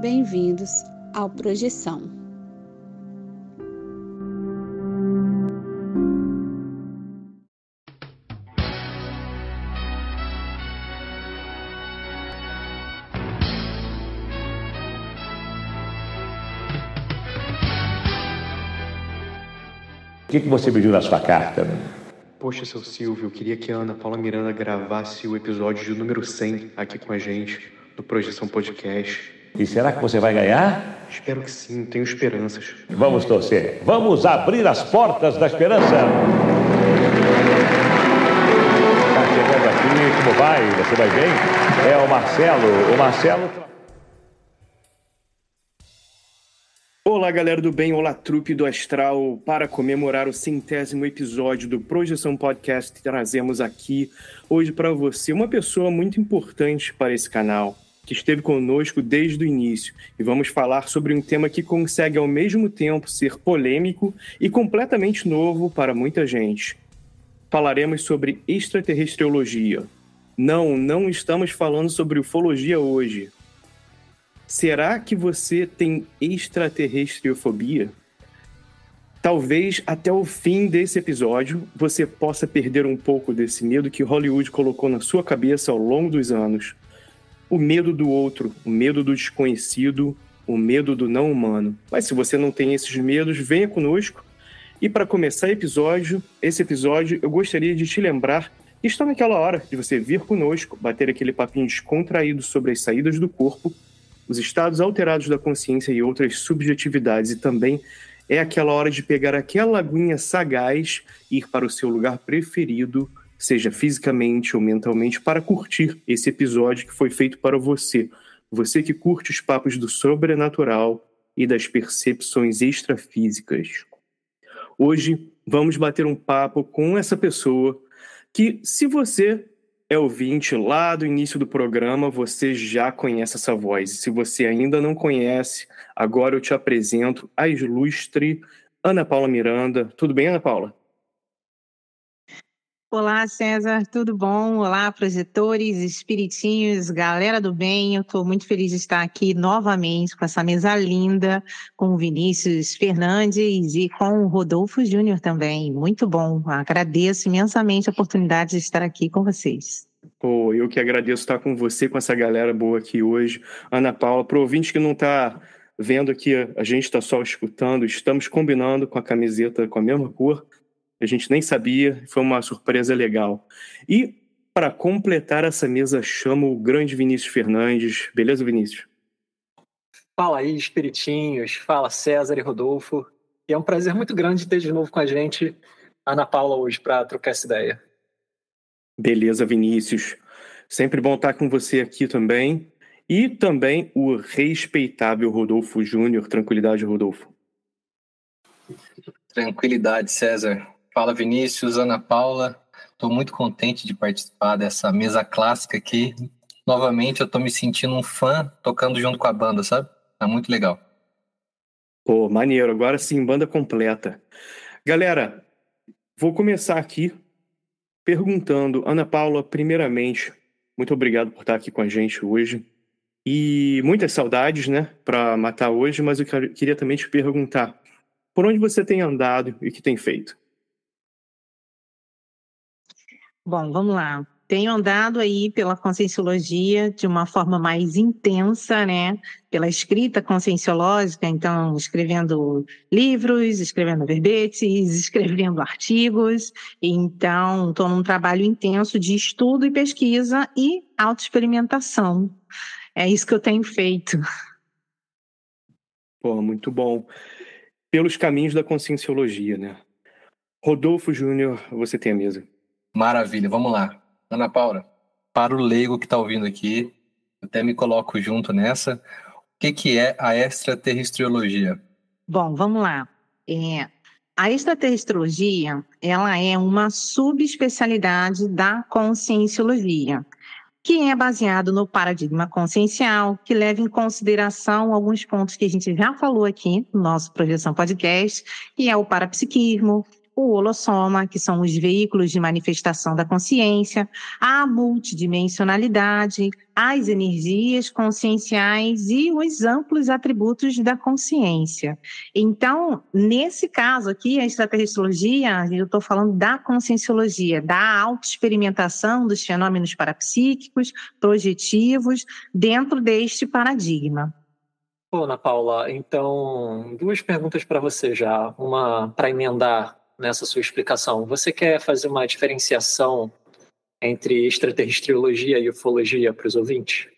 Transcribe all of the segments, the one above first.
bem-vindos ao Projeção. O que você pediu na sua carta? Poxa, seu Silvio, eu queria que a Ana Paula Miranda gravasse o episódio de número 100 aqui com a gente, no Projeção Podcast. E será que você vai ganhar? Espero que sim, tenho esperanças. Vamos torcer. Vamos abrir as portas da esperança. Está chegando aqui, como vai? Você vai bem? É o Marcelo. O Marcelo... Olá, galera do bem, olá, trupe do Astral. Para comemorar o 100º episódio do Projeção Podcast, trazemos aqui hoje para você uma pessoa muito importante para esse canal, que esteve conosco desde o início. E vamos falar sobre um tema que consegue ao mesmo tempo ser polêmico e completamente novo para muita gente. Falaremos sobre extraterrestriologia. Não estamos falando sobre ufologia hoje. Será que você tem extraterrestriofobia? Talvez até o fim desse episódio você possa perder um pouco desse medo que Hollywood colocou na sua cabeça ao longo dos anos. O medo do outro, o medo do desconhecido, o medo do não humano. Mas se você não tem esses medos, venha conosco. E para começar esse episódio, eu gostaria de te lembrar que está naquela hora de você vir conosco, bater aquele papinho descontraído sobre as saídas do corpo, os estados alterados da consciência e outras subjetividades. E também é aquela hora de pegar aquela aguinha sagaz e ir para o seu lugar preferido, seja fisicamente ou mentalmente, para curtir esse episódio que foi feito para você. Você que curte os papos do sobrenatural e das percepções extrafísicas. Hoje vamos bater um papo com essa pessoa que, se você é ouvinte lá do início do programa, você já conhece essa voz. E se você ainda não conhece, agora eu te apresento a ilustre Ana Paula Miranda. Tudo bem, Ana Paula? Olá, César, tudo bom? Olá, projetores, espiritinhos, galera do bem. Eu estou muito feliz de estar aqui novamente com essa mesa linda, com o Vinícius Fernandes e com o Rodolfo Júnior também. Muito bom. Agradeço imensamente a oportunidade de estar aqui com vocês. Eu que agradeço estar com você, com essa galera boa aqui hoje. Ana Paula, para o ouvinte que não está vendo aqui, a gente está só escutando, estamos combinando com a camiseta com a mesma cor. A gente nem sabia, foi uma surpresa legal. E, para completar essa mesa, chamo o grande Vinícius Fernandes. Beleza, Vinícius? Fala aí, espiritinhos. Fala, César e Rodolfo. E é um prazer muito grande ter de novo com a gente a Ana Paula hoje para trocar essa ideia. Beleza, Vinícius. Sempre bom estar com você aqui também. E também o respeitável Rodolfo Júnior. Tranquilidade, Rodolfo. Tranquilidade, César. Fala, Vinícius, Ana Paula. Estou muito contente de participar dessa mesa clássica aqui. Novamente, eu estou me sentindo um fã tocando junto com a banda, sabe? Tá muito legal. Pô, maneiro. Agora sim, banda completa. Galera, vou começar aqui perguntando. Ana Paula, primeiramente, muito obrigado por estar aqui com a gente hoje. E muitas saudades, né, para matar hoje, mas eu queria também te perguntar, por onde você tem andado e o que tem feito? Bom, vamos lá. Tenho andado aí pela Conscienciologia de uma forma mais intensa, né? Pela escrita conscienciológica, então escrevendo livros, escrevendo verbetes, escrevendo artigos. Então, estou num trabalho intenso de estudo e pesquisa e autoexperimentação. É isso que eu tenho feito. Pô, muito bom. Pelos caminhos da Conscienciologia, né? Rodolfo Júnior, você tem a mesa. Maravilha, vamos lá. Ana Paula, para o leigo que está ouvindo aqui, eu até me coloco junto nessa. O que é a extraterrestriologia? Bom, vamos lá. A extraterrestriologia, ela é uma subespecialidade da conscienciologia, que é baseado no paradigma consciencial, que leva em consideração alguns pontos que a gente já falou aqui no nosso Projeção Podcast, que é o parapsiquismo, o holossoma, que são os veículos de manifestação da consciência, a multidimensionalidade, as energias conscienciais e os amplos atributos da consciência. Então, nesse caso aqui, a extraterrestrologia, eu estou falando da conscienciologia, da autoexperimentação dos fenômenos parapsíquicos, projetivos, dentro deste paradigma. Pô, Ana Paula, então, 2 perguntas para você já, uma para emendar nessa sua explicação. Você quer fazer uma diferenciação entre extraterrestriologia e ufologia para os ouvintes?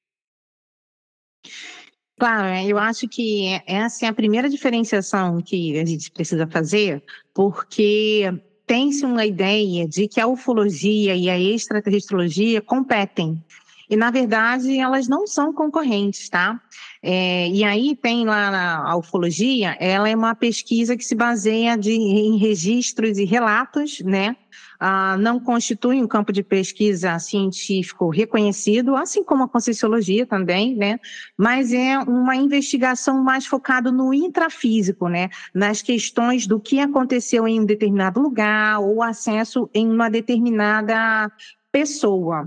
Claro, eu acho que essa é a primeira diferenciação que a gente precisa fazer, porque tem-se uma ideia de que a ufologia e a extraterrestriologia competem. E, na verdade, elas não são concorrentes, tá? E aí tem lá a ufologia, ela é uma pesquisa que se baseia em registros e relatos, né? Não constitui um campo de pesquisa científico reconhecido, assim como a conscienciologia também, né? Mas é uma investigação mais focada no intrafísico, né? Nas questões do que aconteceu em um determinado lugar ou acesso em uma determinada pessoa.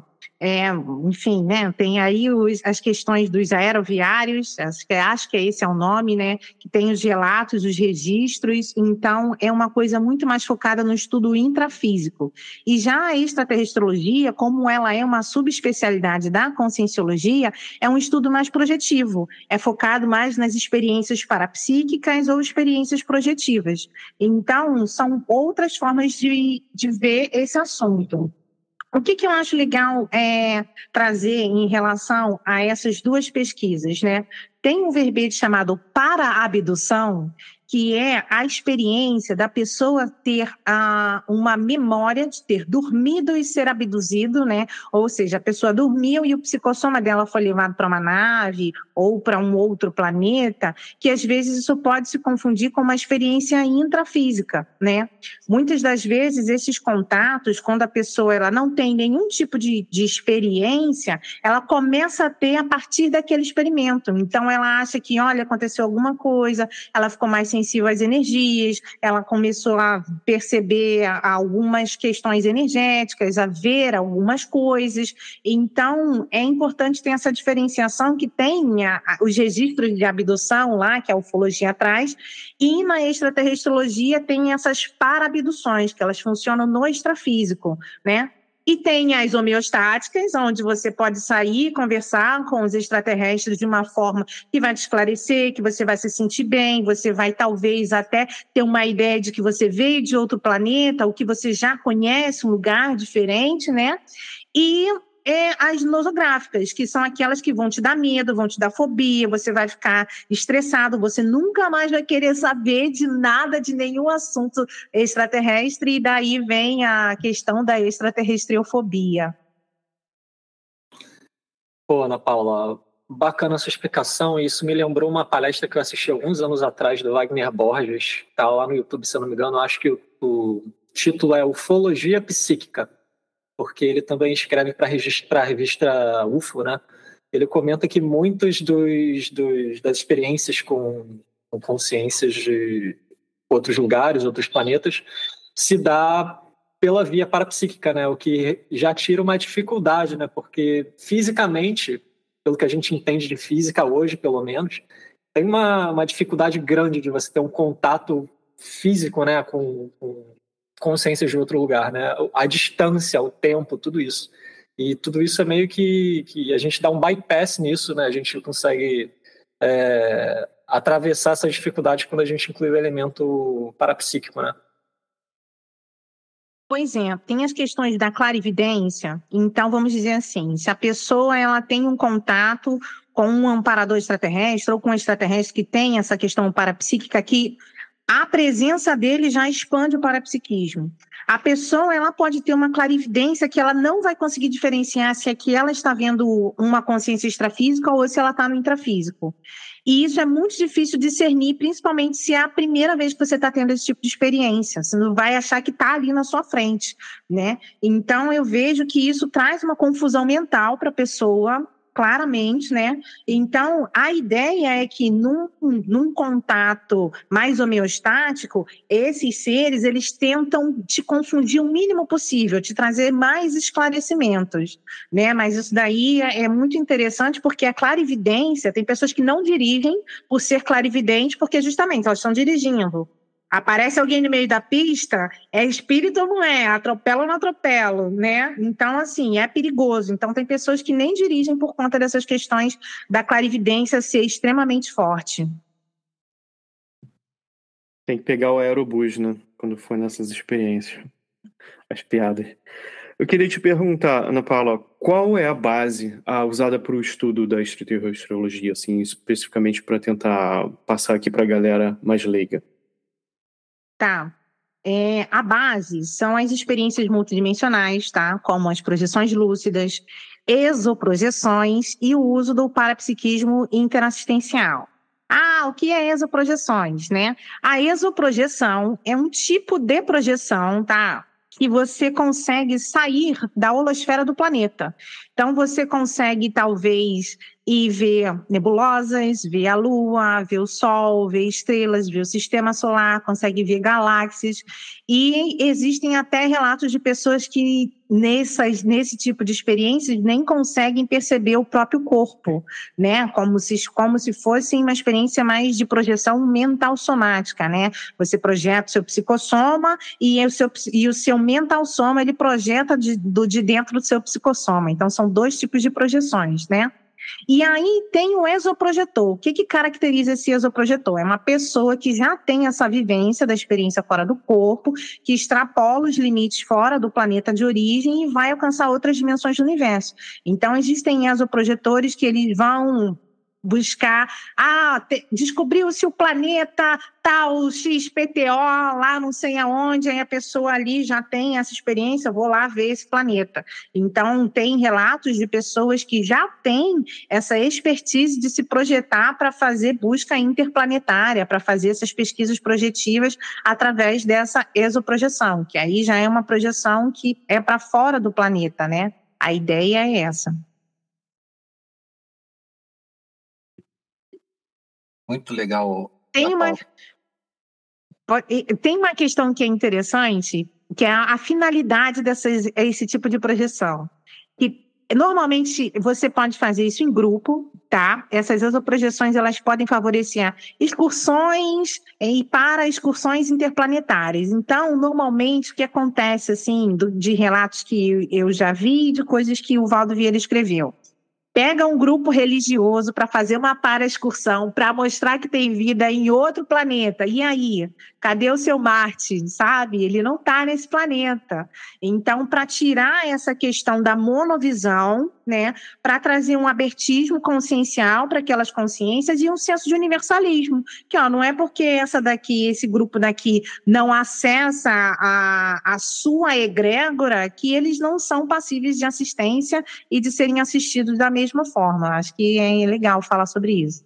Enfim, né, tem aí as questões dos aeroviários, acho que esse é o nome, né, que tem os relatos, os registros, então é uma coisa muito mais focada no estudo intrafísico. E já a extraterrestrologia, como ela é uma subespecialidade da conscienciologia, é um estudo mais projetivo, é focado mais nas experiências parapsíquicas ou experiências projetivas. Então, são outras formas de ver esse assunto. O que eu acho legal trazer em relação a essas 2 pesquisas, né? Tem um verbete chamado para-abdução, que é a experiência da pessoa ter uma memória de ter dormido e ser abduzido, né? Ou seja, a pessoa dormiu e o psicossoma dela foi levado para uma nave ou para um outro planeta, que às vezes isso pode se confundir com uma experiência intrafísica, né? Muitas das vezes esses contatos, quando a pessoa ela não tem nenhum tipo de experiência, ela começa a ter a partir daquele experimento. Então ela acha que, olha, aconteceu alguma coisa, ela ficou mais sensível às energias, ela começou a perceber algumas questões energéticas, a ver algumas coisas. Então, é importante ter essa diferenciação que tem os registros de abdução lá, que a ufologia traz, e na extraterrestrologia tem essas para-abduções, que elas funcionam no extrafísico, né? E tem as homeostáticas, onde você pode sair e conversar com os extraterrestres de uma forma que vai te esclarecer, que você vai se sentir bem, você vai talvez até ter uma ideia de que você veio de outro planeta, ou que você já conhece um lugar diferente, né? E as nosográficas, que são aquelas que vão te dar medo, vão te dar fobia, você vai ficar estressado, você nunca mais vai querer saber de nada, de nenhum assunto extraterrestre, e daí vem a questão da extraterrestriofobia. Pô, Ana Paula, bacana a sua explicação, e isso me lembrou uma palestra que eu assisti alguns anos atrás do Wagner Borges, tá lá no YouTube, se eu não me engano, acho que o título é Ufologia Psíquica, porque ele também escreve para a revista UFO, né? Ele comenta que muitas das experiências com consciências de outros lugares, outros planetas, se dá pela via parapsíquica, né? O que já tira uma dificuldade, né? Porque fisicamente, pelo que a gente entende de física hoje, pelo menos, tem uma dificuldade grande de você ter um contato físico, né? Com consciências de outro lugar, né? A distância, o tempo, tudo isso. E tudo isso é meio que a gente dá um bypass nisso, né? A gente consegue atravessar essas dificuldades quando a gente inclui o elemento parapsíquico, né? Pois é, tem as questões da clarividência. Então, vamos dizer assim, se a pessoa ela tem um contato com um amparador extraterrestre ou com um extraterrestre que tem essa questão parapsíquica, que a presença dele já expande o parapsiquismo. A pessoa ela pode ter uma clarividência que ela não vai conseguir diferenciar se é que ela está vendo uma consciência extrafísica ou se ela está no intrafísico. E isso é muito difícil discernir, principalmente se é a primeira vez que você está tendo esse tipo de experiência. Você não vai achar que está ali na sua frente, né? Então, eu vejo que isso traz uma confusão mental para a pessoa, claramente, né? Então, a ideia é que num contato mais homeostático, esses seres, eles tentam te confundir o mínimo possível, te trazer mais esclarecimentos, né? Mas isso daí é muito interessante, porque a clarividência, tem pessoas que não dirigem por ser clarividente, porque justamente elas estão dirigindo. Aparece alguém no meio da pista, é espírito ou não é? Atropela ou não atropela, né? Então, assim, é perigoso. Então, tem pessoas que nem dirigem por conta dessas questões da clarividência ser extremamente forte. Tem que pegar o aerobus, né? Quando for nessas experiências. As piadas. Eu queria te perguntar, Ana Paula, qual é a base usada para o estudo da extraterrestriologia, assim, especificamente para tentar passar aqui para a galera mais leiga? Tá. A base são as experiências multidimensionais, tá? Como as projeções lúcidas, exoprojeções e o uso do parapsiquismo interassistencial. O que é exoprojeções, né? A exoprojeção é um tipo de projeção, tá? Que você consegue sair da holosfera do planeta. Então, você consegue, talvez, ir ver nebulosas, ver a Lua, ver o Sol, ver estrelas, ver o sistema solar, consegue ver galáxias. E existem até relatos de pessoas que, nesse tipo de experiências, nem conseguem perceber o próprio corpo, né? Como se fosse uma experiência mais de projeção mental somática, né? Você projeta o seu psicossoma e o seu mental soma, ele projeta de dentro do seu psicossoma. Então, são dois tipos de projeções, né? E aí tem o exoprojetor. O que caracteriza esse exoprojetor? É uma pessoa que já tem essa vivência da experiência fora do corpo, que extrapola os limites fora do planeta de origem e vai alcançar outras dimensões do universo. Então, existem exoprojetores que eles vão buscar, descobriu-se o planeta tal, XPTO, lá não sei aonde, aí a pessoa ali já tem essa experiência, vou lá ver esse planeta. Então, tem relatos de pessoas que já têm essa expertise de se projetar para fazer busca interplanetária, para fazer essas pesquisas projetivas através dessa exoprojeção, que aí já é uma projeção que é para fora do planeta, né? A ideia é essa. Muito legal. Tem uma questão que é interessante, que é a finalidade esse tipo de projeção. Que normalmente você pode fazer isso em grupo, tá? Essas exoprojeções, elas podem favorecer excursões e para excursões interplanetárias. Então, normalmente, o que acontece, assim, de relatos que eu já vi, de coisas que o Valdo Vieira escreveu. Pega um grupo religioso para fazer uma para-excursão, para mostrar que tem vida em outro planeta. E aí? Cadê o seu Marte? Sabe? Ele não está nesse planeta. Então, para tirar essa questão da monovisão, né, para trazer um abertismo consciencial para aquelas consciências e um senso de universalismo. Que não é porque esse grupo daqui não acessa a sua egrégora que eles não são passíveis de assistência e de serem assistidos da mesma forma. Acho que é legal falar sobre isso.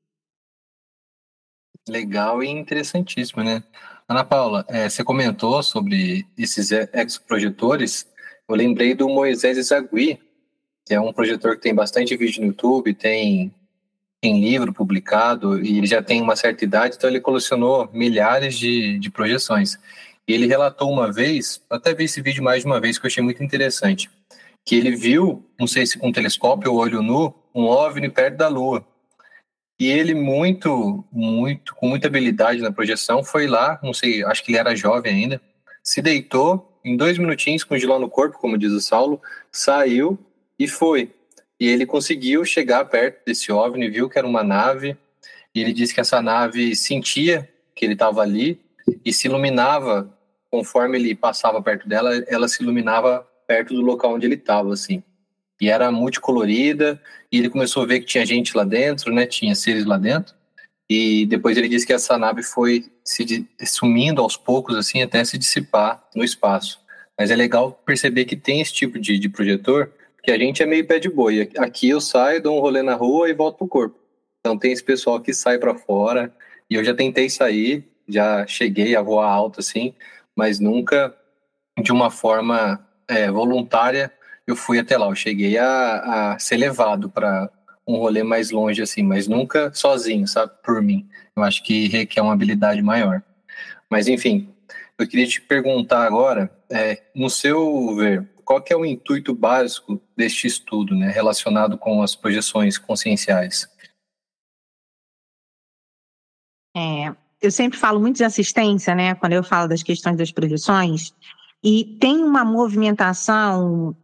Legal e interessantíssimo, né? Ana Paula, você comentou sobre esses exoprojetores. Eu lembrei do Moisés Zagui, que é um projetor que tem bastante vídeo no YouTube, tem livro publicado, e ele já tem uma certa idade, então ele colecionou milhares de projeções. E ele relatou uma vez, até vi esse vídeo mais de uma vez, que eu achei muito interessante, que ele viu, não sei se com um telescópio ou olho nu, um OVNI perto da Lua. E ele, com muita habilidade na projeção, foi lá, não sei, acho que ele era jovem ainda, se deitou, em 2 minutinhos, com giló no corpo, como diz o Saulo, saiu e foi. E ele conseguiu chegar perto desse OVNI, viu que era uma nave, e ele disse que essa nave sentia que ele estava ali e se iluminava, conforme ele passava perto dela, ela se iluminava perto do local onde ele estava, assim. E era multicolorida, e ele começou a ver que tinha gente lá dentro, né? Tinha seres lá dentro. E depois ele disse que essa nave foi se sumindo aos poucos, assim, até se dissipar no espaço. Mas é legal perceber que tem esse tipo de projetor, porque a gente é meio pé de boi. Aqui eu saio, dou um rolê na rua e volto pro corpo. Então tem esse pessoal que sai para fora, e eu já tentei sair, já cheguei a voar alto, assim, mas nunca de uma forma voluntária eu fui até lá. Eu cheguei a ser levado para um rolê mais longe, assim, mas nunca sozinho, sabe? Por mim. Eu acho que requer uma habilidade maior. Mas, enfim, eu queria te perguntar agora, no seu ver, qual que é o intuito básico deste estudo, né, relacionado com as projeções conscienciais? Eu sempre falo muito de assistência, né, quando eu falo das questões das projeções, e tem uma movimentação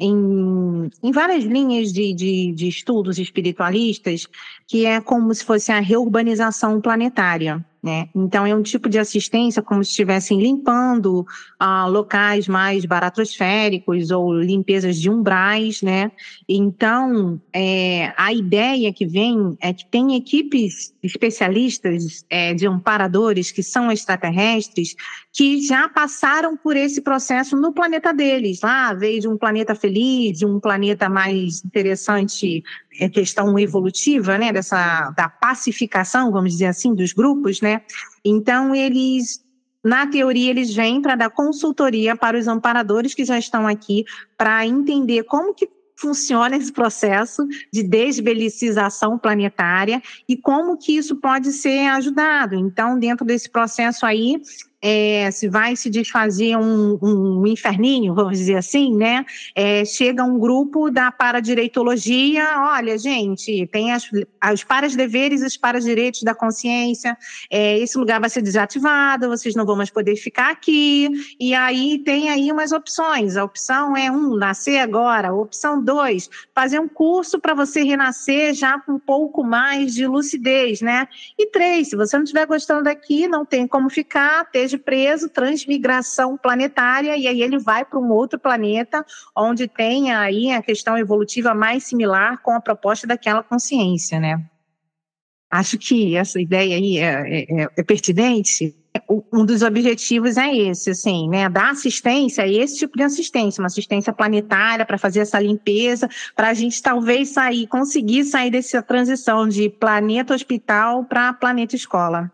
em várias linhas de estudos espiritualistas, que é como se fosse a reurbanização planetária, né? Então, é um tipo de assistência como se estivessem limpando locais mais baratrosféricos ou limpezas de umbrais, né? Então, a ideia que vem é que tem equipes especialistas de amparadores que são extraterrestres que já passaram por esse processo no planeta deles, lá, veio de um planeta feliz, de um planeta mais interessante, questão evolutiva, né, da pacificação, vamos dizer assim, dos grupos, né? Então, eles, na teoria, eles vêm para dar consultoria para os amparadores que já estão aqui, para entender como que funciona esse processo de desbelicização planetária e como que isso pode ser ajudado. Então, dentro desse processo aí, se vai se desfazer um inferninho, vamos dizer assim, né? Chega um grupo da paradireitologia, olha, gente, tem os paradeveres e os paradireitos da consciência, esse lugar vai ser desativado, vocês não vão mais poder ficar aqui, e aí tem aí umas opções, a opção é 1, nascer agora, a opção 2, fazer um curso para você renascer já com um pouco mais de lucidez, né? E 3, se você não estiver gostando daqui, não tem como ficar, esteja preso, transmigração planetária, e aí ele vai para um outro planeta, onde tem aí a questão evolutiva mais similar com a proposta daquela consciência, né? Acho que essa ideia aí é pertinente. Um dos objetivos é esse, assim, né? Dar assistência, esse tipo de assistência, uma assistência planetária para fazer essa limpeza, para a gente talvez conseguir sair dessa transição de planeta hospital para planeta escola.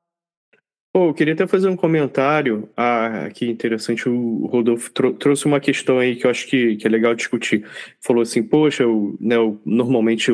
Eu queria até fazer um comentário aqui interessante. O Rodolfo trouxe uma questão aí que eu acho que é legal discutir. Falou assim, poxa, normalmente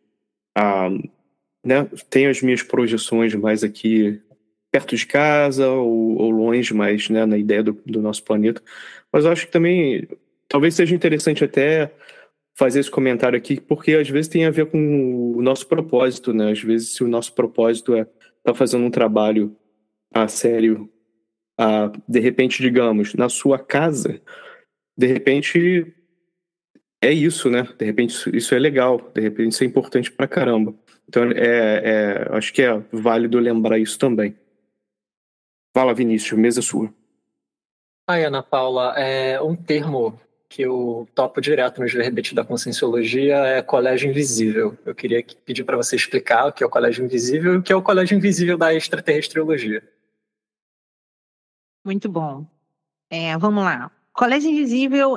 tenho as minhas projeções mais aqui perto de casa ou longe, mas, né, na ideia do nosso planeta. Mas eu acho que também talvez seja interessante até fazer esse comentário aqui, porque às vezes tem a ver com o nosso propósito, né? Às vezes, se o nosso propósito é estar fazendo um trabalho sério, de repente, digamos, na sua casa, de repente é isso, né? De repente isso é legal, de repente isso é importante pra caramba. Então, acho que é válido lembrar isso também. Fala, Vinícius, mesa sua. Ana Paula, um termo que eu topo direto nos verbetes da Conscienciologia é colégio invisível. Eu queria pedir para você explicar o que é o colégio invisível e o que é o colégio invisível da extraterrestriologia. Muito bom. Vamos lá. Colégio invisível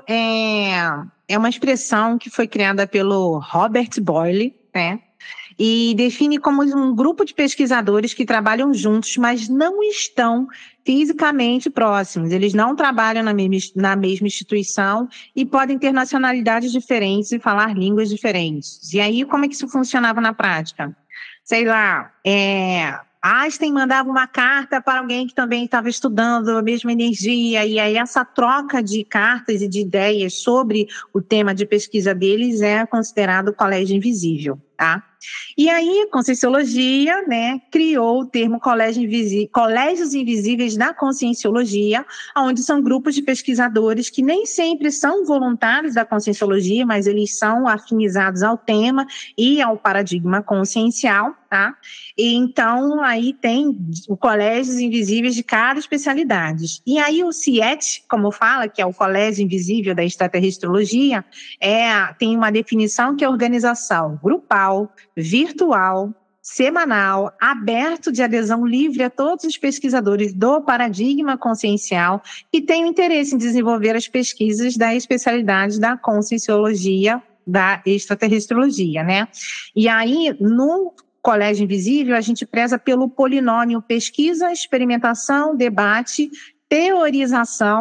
é uma expressão que foi criada pelo Robert Boyle, né? E define como um grupo de pesquisadores que trabalham juntos, mas não estão fisicamente próximos. Eles não trabalham na mesma instituição e podem ter nacionalidades diferentes e falar línguas diferentes. E aí, como é que isso funcionava na prática? Sei lá, Einstein mandava uma carta para alguém que também estava estudando a mesma energia, e aí essa troca de cartas e de ideias sobre o tema de pesquisa deles é considerado colégio invisível, tá? E aí a Conscienciologia, né, criou o termo Colégios Invisíveis da Conscienciologia, onde são grupos de pesquisadores que nem sempre são voluntários da Conscienciologia, mas eles são afinizados ao tema e ao paradigma consciencial, tá? E então, aí tem o Colégios Invisíveis de cada especialidade. E aí o CIET, como fala, que é o Colégio Invisível da Extraterrestriologia, tem uma definição que é organização grupal, virtual, semanal, aberto de adesão livre a todos os pesquisadores do paradigma consciencial que têm interesse em desenvolver as pesquisas da especialidade da Conscienciologia da Extraterrestriologia, né? E aí, no Colégio Invisível, a gente preza pelo polinômio pesquisa, experimentação, debate, teorização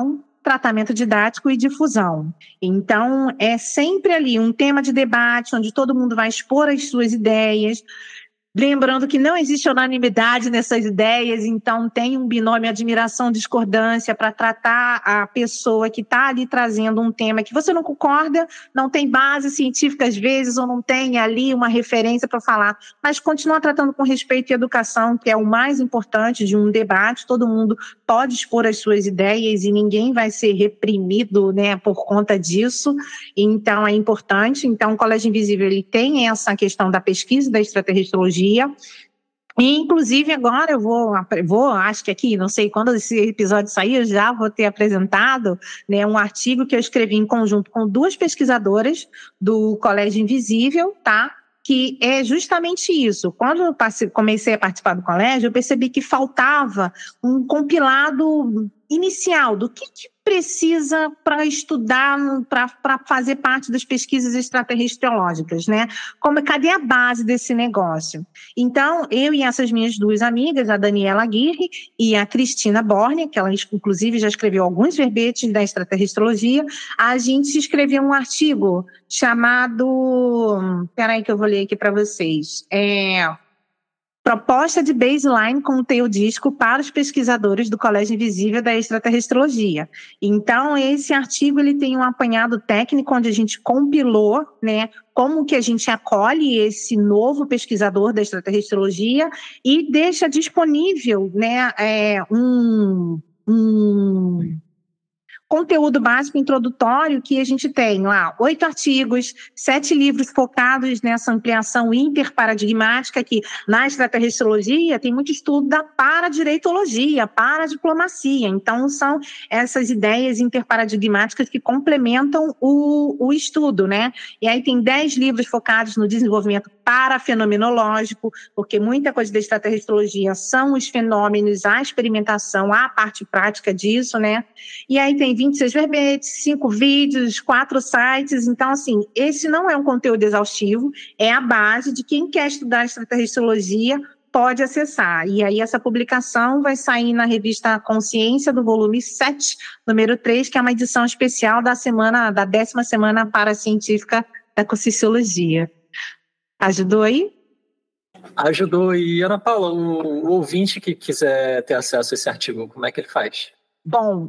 tratamento didático e difusão. Então, é sempre ali um tema de debate, onde todo mundo vai expor as suas ideias, lembrando que não existe unanimidade nessas ideias, então tem um binômio admiração-discordância para tratar a pessoa que está ali trazendo um tema que você não concorda, não tem base científica às vezes, ou não tem ali uma referência para falar, mas continuar tratando com respeito e educação, que é o mais importante de um debate. Todo mundo pode expor as suas ideias e ninguém vai ser reprimido, né, por conta disso, então é importante. Então o Colégio Invisível ele tem essa questão da pesquisa da extraterrestriologia. E, inclusive, agora eu vou, acho que aqui, não sei quando esse episódio sair, eu já vou ter apresentado, né, um artigo que eu escrevi em conjunto com 2 pesquisadoras do Colégio Invisível, tá? Que é justamente isso. Quando eu comecei a participar do colégio, eu percebi que faltava um compilado inicial do que precisa para estudar, para fazer parte das pesquisas extraterrestriológicas, né? Cadê a base desse negócio? Então, eu e essas minhas 2 amigas, a Daniela Aguirre e a Cristina Borne, que ela inclusive já escreveu alguns verbetes da extraterrestriologia, a gente escreveu um artigo chamado... Peraí que eu vou ler aqui para vocês. Proposta de baseline conteudístico para os pesquisadores do Colégio Invisível da Extraterrestriologia. Então, esse artigo ele tem um apanhado técnico onde a gente compilou, né, como que a gente acolhe esse novo pesquisador da extraterrestriologia e deixa disponível, né, um conteúdo básico introdutório que a gente tem lá 8 artigos, 7 livros focados nessa ampliação interparadigmática, que na extraterrestriologia tem muito estudo da paradireitologia, paradiplomacia. Então, são essas ideias interparadigmáticas que complementam o estudo, né? E aí tem 10 livros focados no desenvolvimento parafenomenológico, porque muita coisa da extraterrestriologia são os fenômenos, a experimentação, a parte prática disso, né? E aí tem 26 verbetes, 5 vídeos, 4 sites. Então, assim, esse não é um conteúdo exaustivo, é a base de quem quer estudar extraterrestriologia pode acessar. E aí essa publicação vai sair na revista Consciência, do volume 7, número 3, que é uma edição especial da 10ª Semana Paracientífica da Conscienciologia. Ajudou aí? Ajudou. E, Ana Paula, o ouvinte que quiser ter acesso a esse artigo, como é que ele faz? Bom,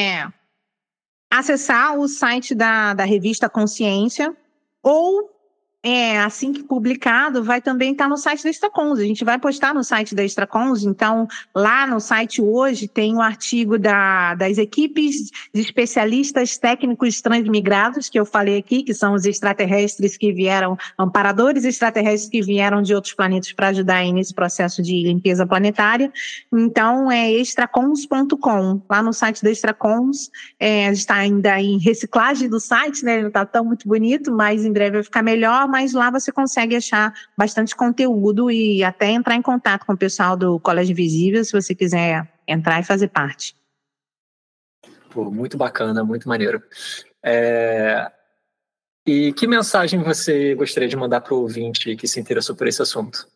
acessar o site da revista Consciência, ou assim que publicado, vai também estar no site da Extracons. A gente vai postar no site da Extracons. Então, lá no site hoje tem um artigo das equipes de especialistas técnicos transmigrados, que eu falei aqui, que são os extraterrestres que vieram, amparadores extraterrestres que vieram de outros planetas para ajudar aí nesse processo de limpeza planetária. Então, é extracons.com. Lá no site da Extracons, está ainda em reciclagem do site, né? Não está tão muito bonito, mas em breve vai ficar melhor. Mas lá você consegue achar bastante conteúdo e até entrar em contato com o pessoal do Colégio Invisível, se você quiser entrar e fazer parte. Pô, muito bacana, muito maneiro. E que mensagem você gostaria de mandar para o ouvinte que se interessou por esse assunto?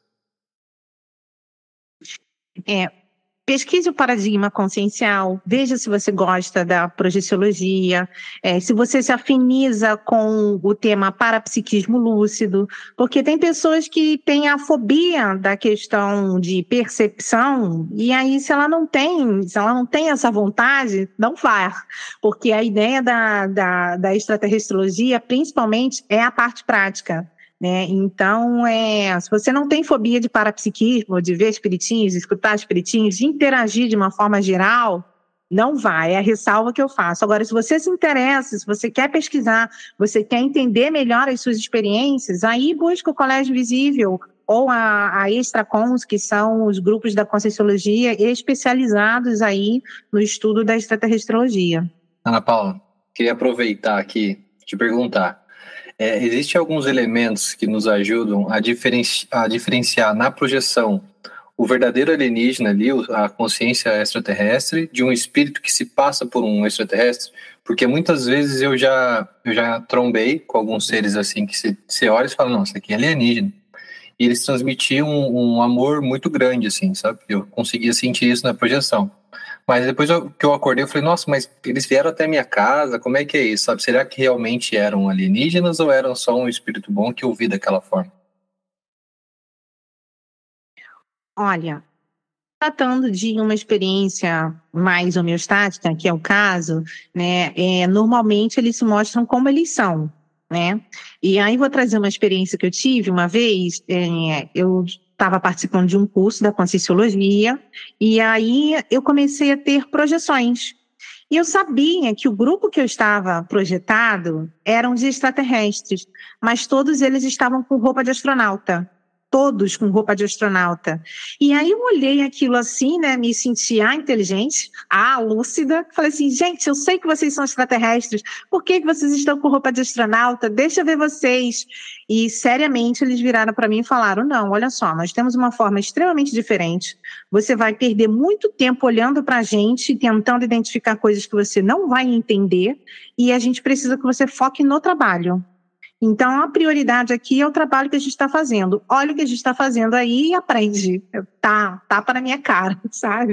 Pesquise o paradigma consciencial, veja se você gosta da projeciologia, se você se afiniza com o tema parapsiquismo lúcido, porque tem pessoas que têm a fobia da questão de percepção, e aí se ela não tem essa vontade, não vai, porque a ideia da extraterrestriologia, principalmente, é a parte prática. Né? Então, se você não tem fobia de parapsiquismo, de ver espiritinhos, de escutar espiritinhos, de interagir de uma forma geral, não vai, é a ressalva que eu faço. Agora, se você se interessa, se você quer pesquisar, você quer entender melhor as suas experiências, aí busca o Colégio Invisível ou a Extracons, que são os grupos da Conscienciologia especializados aí no estudo da extraterrestriologia. Ana Paula, queria aproveitar aqui e te perguntar. Existem alguns elementos que nos ajudam a diferenciar na projeção o verdadeiro alienígena ali, a consciência extraterrestre, de um espírito que se passa por um extraterrestre? Porque muitas vezes eu já trombei com alguns seres assim que você olha e fala, não, isso aqui é alienígena. E eles transmitiam um amor muito grande, assim, sabe? Eu conseguia sentir isso na projeção. Mas depois que eu acordei, eu falei, nossa, mas eles vieram até minha casa, como é que é isso, sabe? Será que realmente eram alienígenas ou eram só um espírito bom que eu vi daquela forma? Olha, tratando de uma experiência mais homeostática, que é o caso, né, normalmente eles se mostram como eles são, né? E aí vou trazer uma experiência que eu tive uma vez, eu estava participando de um curso da Conscienciologia, e aí eu comecei a ter projeções. E eu sabia que o grupo que eu estava projetado eram de extraterrestres, mas todos eles estavam com roupa de astronauta. Todos com roupa de astronauta. E aí eu olhei aquilo assim, né, me senti inteligente, lúcida, falei assim, gente, eu sei que vocês são extraterrestres, por que vocês estão com roupa de astronauta? Deixa eu ver vocês. E seriamente eles viraram para mim e falaram, não, olha só, nós temos uma forma extremamente diferente, você vai perder muito tempo olhando para a gente, tentando identificar coisas que você não vai entender, e a gente precisa que você foque no trabalho. Então, a prioridade aqui é o trabalho que a gente está fazendo. Olha o que a gente está fazendo aí e aprende. Tapa na minha cara, sabe?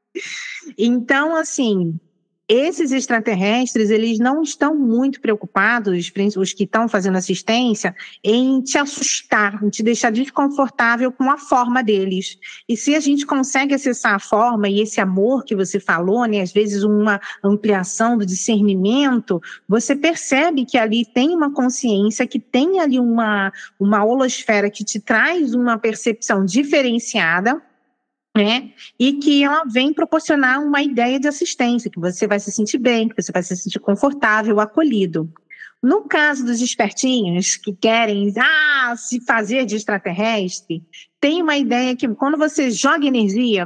Então, assim, esses extraterrestres, eles não estão muito preocupados, os que estão fazendo assistência, em te assustar, em te deixar desconfortável com a forma deles. E se a gente consegue acessar a forma e esse amor que você falou, né, às vezes uma ampliação do discernimento, você percebe que ali tem uma consciência, que tem ali uma holosfera que te traz uma percepção diferenciada, né? E que ela vem proporcionar uma ideia de assistência, que você vai se sentir bem, que você vai se sentir confortável, acolhido. No caso dos espertinhos que querem se fazer de extraterrestre, tem uma ideia que quando você joga energia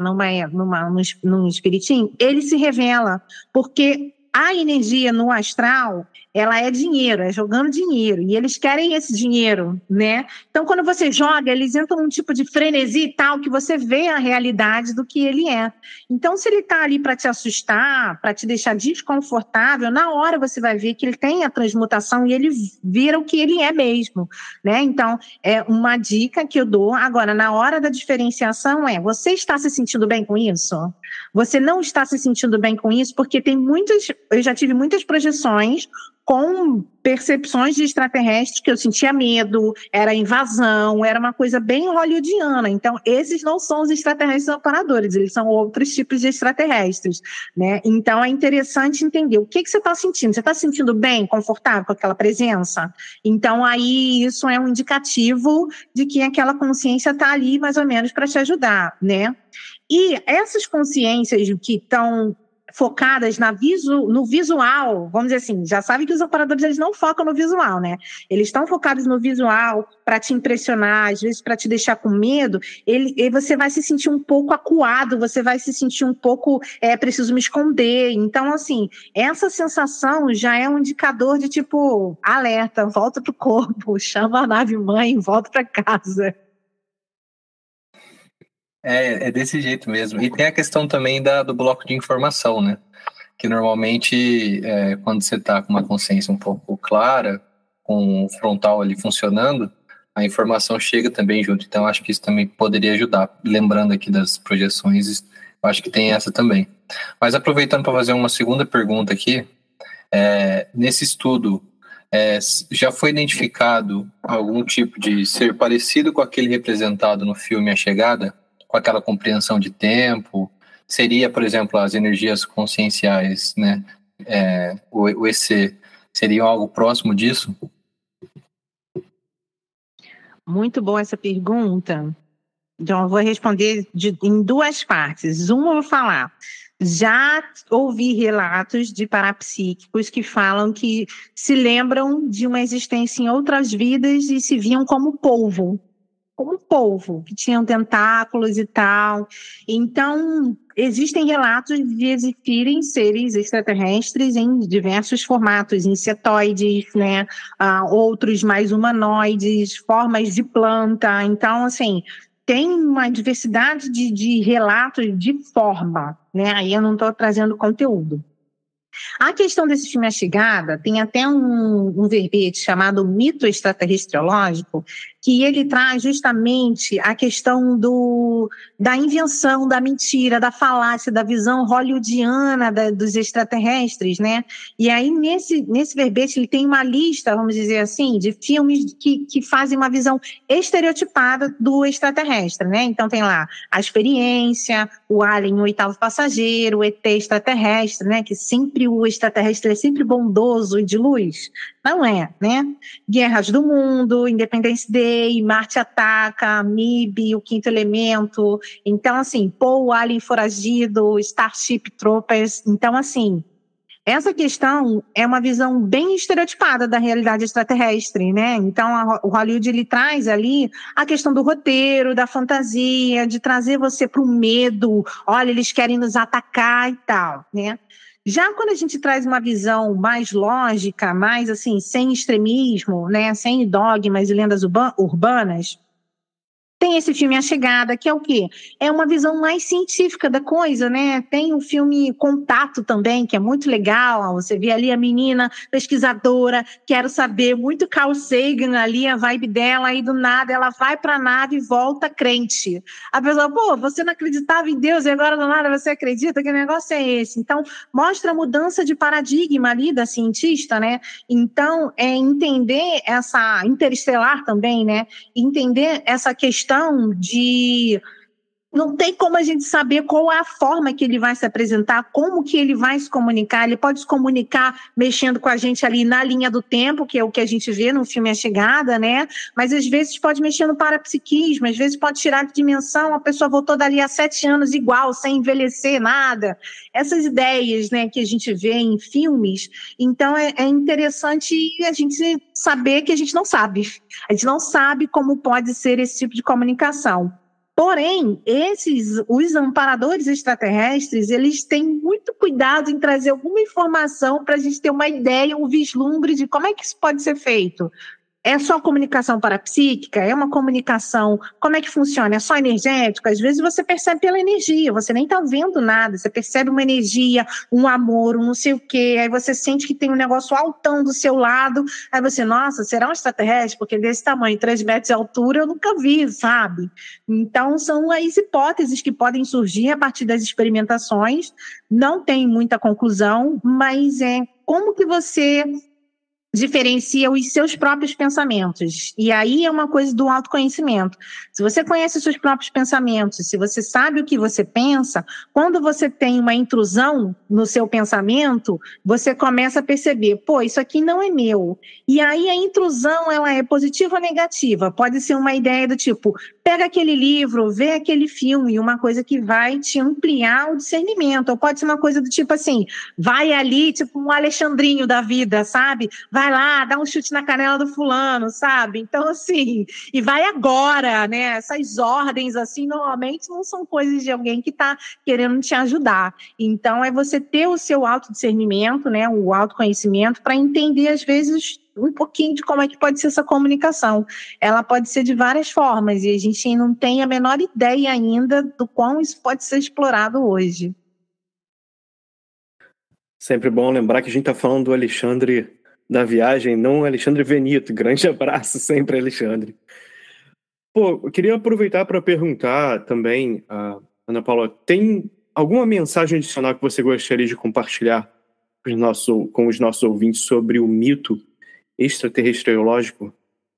num espiritinho, ele se revela, porque a energia no astral, ela é dinheiro, é jogando dinheiro, e eles querem esse dinheiro, né? Então, quando você joga, eles entram num tipo de frenesi e tal, que você vê a realidade do que ele é. Então, se ele está ali para te assustar, para te deixar desconfortável, na hora você vai ver que ele tem a transmutação e ele vira o que ele é mesmo, né? Então, é uma dica que eu dou. Agora, na hora da diferenciação você está se sentindo bem com isso? Você não está se sentindo bem com isso? Porque eu já tive muitas projeções com percepções de extraterrestres que eu sentia medo, era invasão, era uma coisa bem hollywoodiana. Então, esses não são os extraterrestres amparadores, eles são outros tipos de extraterrestres, né? Então, é interessante entender o que você está sentindo. Você está se sentindo bem, confortável com aquela presença? Então, aí, isso é um indicativo de que aquela consciência está ali, mais ou menos, para te ajudar, né? E essas consciências que estão focadas no visual, vamos dizer assim, já sabe que os operadores eles não focam no visual, né? Eles estão focados no visual para te impressionar, às vezes para te deixar com medo, e você vai se sentir um pouco acuado, você vai se sentir um pouco, preciso me esconder. Então, assim, essa sensação já é um indicador de tipo, alerta, volta pro corpo, chama a nave-mãe, volta para casa. É desse jeito mesmo. E tem a questão também do bloco de informação, né? Que normalmente, quando você está com uma consciência um pouco clara, com o frontal ali funcionando, a informação chega também junto. Então, acho que isso também poderia ajudar. Lembrando aqui das projeções, eu acho que tem essa também. Mas aproveitando para fazer uma segunda pergunta aqui, nesse estudo, já foi identificado algum tipo de ser parecido com aquele representado no filme A Chegada? Com aquela compreensão de tempo, seria, por exemplo, as energias conscienciais, né? O EC, seria algo próximo disso? Muito boa essa pergunta. Então, eu vou responder em duas partes. Uma, eu vou falar. Já ouvi relatos de parapsíquicos que falam que se lembram de uma existência em outras vidas e se viam como polvo, que tinham tentáculos e tal. Então, existem relatos de existirem seres extraterrestres em diversos formatos, insetoides, né? Outros mais humanoides, formas de planta. Então, assim, tem uma diversidade de relatos de forma, né? Aí eu não estou trazendo conteúdo. A questão desse filme A Chegada tem até um verbete chamado mito extraterrestriológico, que ele traz justamente a questão da invenção, da mentira, da falácia, da visão hollywoodiana dos extraterrestres, né? E aí, nesse verbete, ele tem uma lista, vamos dizer assim, de filmes que fazem uma visão estereotipada do extraterrestre, né? Então tem lá A Experiência, o Alien, o Oitavo Passageiro, o ET extraterrestre, né? Que sempre o extraterrestre é sempre bondoso e de luz. Não é, né? Guerras do Mundo, Independence Day, Marte Ataca, MIB, O Quinto Elemento. Então, assim, Poe, o Alien Foragido, Starship Troopers. Então, assim, essa questão é uma visão bem estereotipada da realidade extraterrestre, né? Então, o Hollywood, ele traz ali a questão do roteiro, da fantasia, de trazer você para o medo. Olha, eles querem nos atacar e tal, né? Já quando a gente traz uma visão mais lógica, mais assim, sem extremismo, né? Sem dogmas e lendas urbanas, tem esse filme A Chegada, que é o quê? É uma visão mais científica da coisa, né? Tem o filme Contato também, que é muito legal. Você vê ali a menina pesquisadora, quero saber, muito Carl Sagan ali, a vibe dela, aí do nada ela vai para a nave e volta crente. A pessoa, pô, você não acreditava em Deus e agora do nada você acredita? Que negócio é esse? Então, mostra a mudança de paradigma ali da cientista, né? Então, entender essa Interestelar também, né? Entender essa questão de não tem como a gente saber qual é a forma que ele vai se apresentar, como que ele vai se comunicar. Ele pode se comunicar mexendo com a gente ali na linha do tempo, que é o que a gente vê no filme A Chegada, né? Mas às vezes pode mexer no parapsiquismo, às vezes pode tirar de dimensão, a pessoa voltou dali há 7 anos igual, sem envelhecer, nada. Essas ideias, né, que a gente vê em filmes, então é interessante a gente saber que a gente não sabe. A gente não sabe como pode ser esse tipo de comunicação. Porém, os amparadores extraterrestres, eles têm muito cuidado em trazer alguma informação para a gente ter uma ideia, um vislumbre de como é que isso pode ser feito. É só comunicação parapsíquica? É uma comunicação... Como é que funciona? É só energética? Às vezes você percebe pela energia, você nem está vendo nada, você percebe uma energia, um amor, um não sei o quê, aí você sente que tem um negócio altão do seu lado, aí você, nossa, será um extraterrestre? Porque desse tamanho, 3 metros de altura, eu nunca vi, sabe? Então, são as hipóteses que podem surgir a partir das experimentações, não tem muita conclusão, mas como que você diferencia os seus próprios pensamentos. E aí é uma coisa do autoconhecimento. Se você conhece os seus próprios pensamentos, se você sabe o que você pensa, quando você tem uma intrusão no seu pensamento, você começa a perceber, pô, isso aqui não é meu. E aí a intrusão, ela é positiva ou negativa? Pode ser uma ideia do tipo, pega aquele livro, vê aquele filme, uma coisa que vai te ampliar o discernimento. Ou pode ser uma coisa do tipo assim, vai ali, tipo um Alexandrinho da vida, sabe? Vai lá, dá um chute na canela do fulano, sabe? Então, assim, e vai agora, né? Essas ordens, assim, normalmente não são coisas de alguém que está querendo te ajudar. Então, é você ter o seu autodiscernimento, né? O autoconhecimento, para entender, às vezes, um pouquinho de como é que pode ser essa comunicação. Ela pode ser de várias formas, e a gente não tem a menor ideia ainda do quão isso pode ser explorado hoje. Sempre bom lembrar que a gente está falando do Alexandre da Viagem, não Alexandre Venito. Grande abraço sempre, Alexandre. Pô, eu queria aproveitar para perguntar também, Ana Paula, tem alguma mensagem adicional que você gostaria de compartilhar com os nossos ouvintes sobre o mito extraterrestriológico?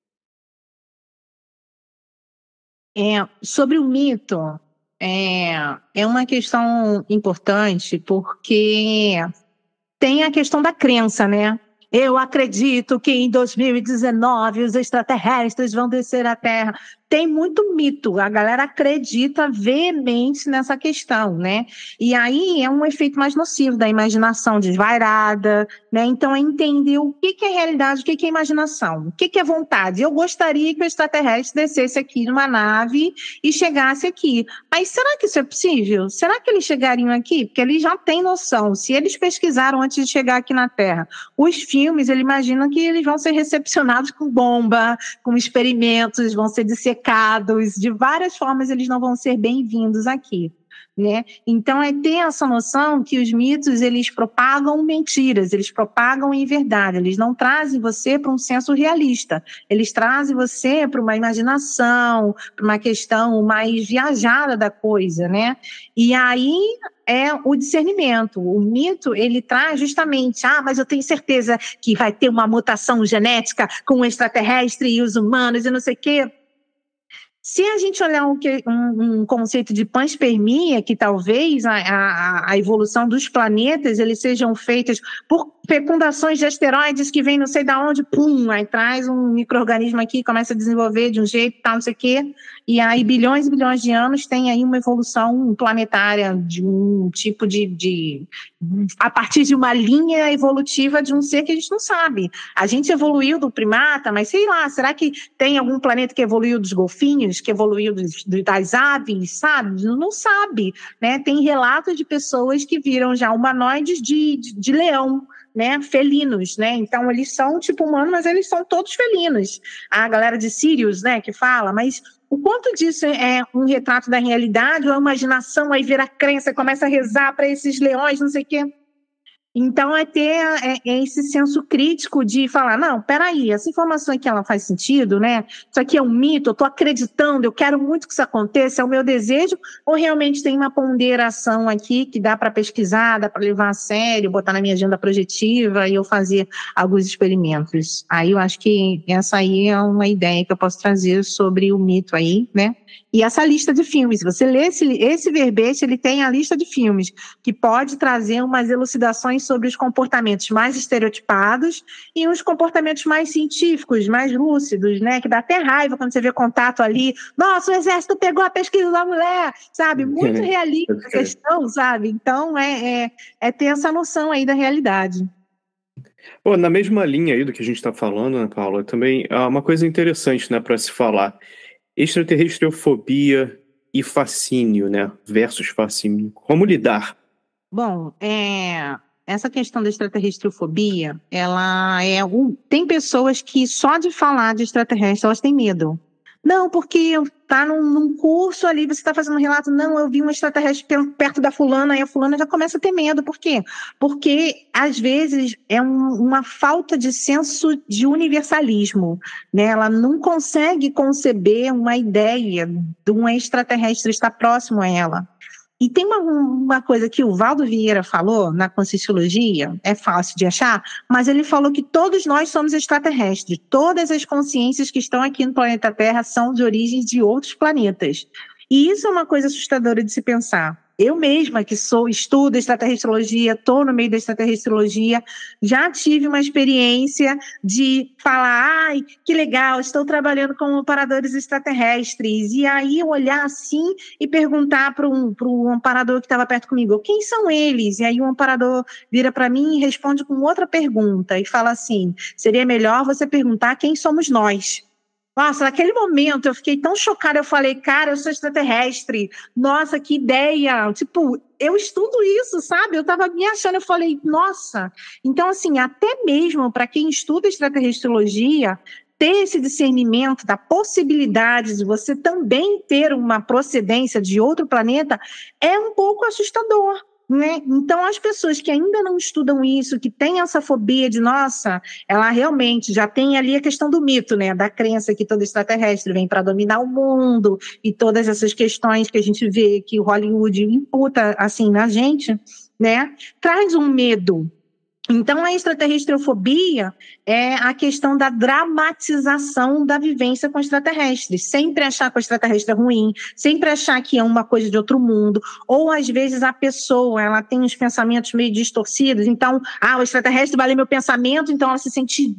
Sobre o mito, é uma questão importante, porque tem a questão da crença, né? Eu acredito que em 2019 os extraterrestres vão descer à Terra. Tem muito mito, a galera acredita veemente nessa questão, né? E aí é um efeito mais nocivo da imaginação desvairada, né? Então é entender o que é realidade, o que é imaginação, o que é vontade. Eu gostaria que o extraterrestre descesse aqui numa nave e chegasse aqui. Mas será que isso é possível? Será que eles chegariam aqui? Porque eles já têm noção. Se eles pesquisaram antes de chegar aqui na Terra, os filmes, ele imagina que eles vão ser recepcionados com bomba, com experimentos, vão ser dissecados, de várias formas eles não vão ser bem-vindos aqui. né? Então, é ter essa noção que os mitos, eles propagam mentiras, eles propagam inverdade, eles não trazem você para um senso realista, eles trazem você para uma imaginação, para uma questão mais viajada da coisa, né? E aí é o discernimento. O mito, ele traz justamente, mas eu tenho certeza que vai ter uma mutação genética com o extraterrestre e os humanos e não sei o quê. Se a gente olhar um conceito de panspermia, que talvez a evolução dos planetas eles sejam feitas por fecundações de asteroides que vêm não sei de onde, pum, aí traz um micro-organismo aqui, começa a desenvolver de um jeito, tal, não sei o quê, e aí bilhões e bilhões de anos tem aí uma evolução planetária de um tipo a partir de uma linha evolutiva de um ser que a gente não sabe. A gente evoluiu do primata, mas sei lá, será que tem algum planeta que evoluiu dos golfinhos, que evoluiu das aves, sabe? Não sabe, né? Tem relatos de pessoas que viram já humanoides de leão, né? Felinos, né? Então eles são tipo humanos, mas eles são todos felinos. A galera de Sirius, né, que fala, mas o quanto disso é um retrato da realidade ou a imaginação, aí vira crença, começa a rezar para esses leões, não sei o quê. Então, é ter esse senso crítico de falar, não, peraí, essa informação aqui, ela faz sentido, né? Isso aqui é um mito, eu estou acreditando, eu quero muito que isso aconteça, é o meu desejo, ou realmente tem uma ponderação aqui que dá para pesquisar, dá para levar a sério, botar na minha agenda projetiva e eu fazer alguns experimentos. Aí eu acho que essa aí é uma ideia que eu posso trazer sobre o mito aí, né? E essa lista de filmes, você lê esse verbete, ele tem a lista de filmes, que pode trazer umas elucidações sobre os comportamentos mais estereotipados e os comportamentos mais científicos, mais lúcidos, né? Que dá até raiva quando você vê contato ali. Nossa, o exército pegou a pesquisa da mulher, sabe? Muito realista a questão, sabe? Então, é ter essa noção aí da realidade. Na mesma linha aí do que a gente está falando, Ana Paula, também há uma coisa interessante, né, para se falar. Extraterrestriofobia e fascínio, né? Versus fascínio. Como lidar? Bom, essa questão da extraterrestriofobia, ela tem pessoas que só de falar de extraterrestre, elas têm medo. Não, porque tá num curso ali, você está fazendo um relato, não, eu vi um extraterrestre perto da fulana, e a fulana já começa a ter medo. Por quê? Porque, às vezes, é uma falta de senso de universalismo, né? Ela não consegue conceber uma ideia de um extraterrestre estar próximo a ela. E tem uma coisa que o Valdo Vieira falou na Conscienciologia, é fácil de achar, mas ele falou que todos nós somos extraterrestres. Todas as consciências que estão aqui no planeta Terra são de origens de outros planetas. E isso é uma coisa assustadora de se pensar. Eu mesma, que estudo extraterrestriologia, estou no meio da extraterrestriologia, já tive uma experiência de falar, que legal, estou trabalhando com amparadores extraterrestres. E aí eu olhar assim e perguntar para um amparador que estava perto comigo, quem são eles? E aí o amparador vira para mim e responde com outra pergunta e fala assim, seria melhor você perguntar quem somos nós. Nossa, naquele momento eu fiquei tão chocada, eu falei, cara, eu sou extraterrestre, nossa, que ideia, tipo, eu estudo isso, sabe? Eu tava me achando, eu falei, nossa, então assim, até mesmo para quem estuda extraterrestriologia, ter esse discernimento da possibilidade de você também ter uma procedência de outro planeta é um pouco assustador. Né? Então, as pessoas que ainda não estudam isso, que têm essa fobia de, nossa, ela realmente já tem ali a questão do mito, né? Da crença que todo extraterrestre vem para dominar o mundo e todas essas questões que a gente vê que o Hollywood imputa assim na gente, né? Traz um medo. Então, a extraterrestriofobia é a questão da dramatização da vivência com extraterrestres. Sempre achar que o extraterrestre é ruim, sempre achar que é uma coisa de outro mundo, ou às vezes a pessoa, ela tem uns pensamentos meio distorcidos, então, o extraterrestre vai ler meu pensamento, então ela se sente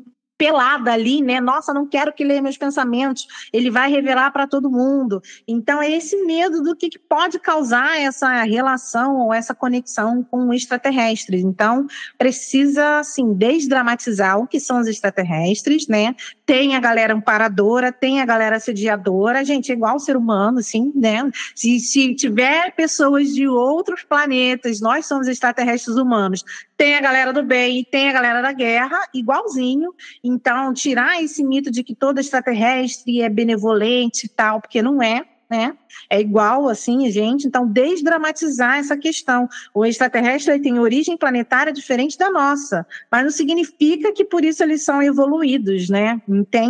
pelada ali, né? Nossa, não quero que leia meus pensamentos, ele vai revelar para todo mundo. Então, é esse medo do que pode causar essa relação ou essa conexão com extraterrestres. Então, precisa, assim, desdramatizar o que são os extraterrestres, né? Tem a galera amparadora, tem a galera assediadora, gente, é igual ser humano, assim, né? Se tiver pessoas de outros planetas, nós somos extraterrestres humanos, tem a galera do bem e tem a galera da guerra, igualzinho. Então, tirar esse mito de que todo extraterrestre é benevolente e tal, porque não é, né? É igual, assim, gente. Então, desdramatizar essa questão. O extraterrestre tem origem planetária diferente da nossa, mas não significa que por isso eles são evoluídos, né? Tem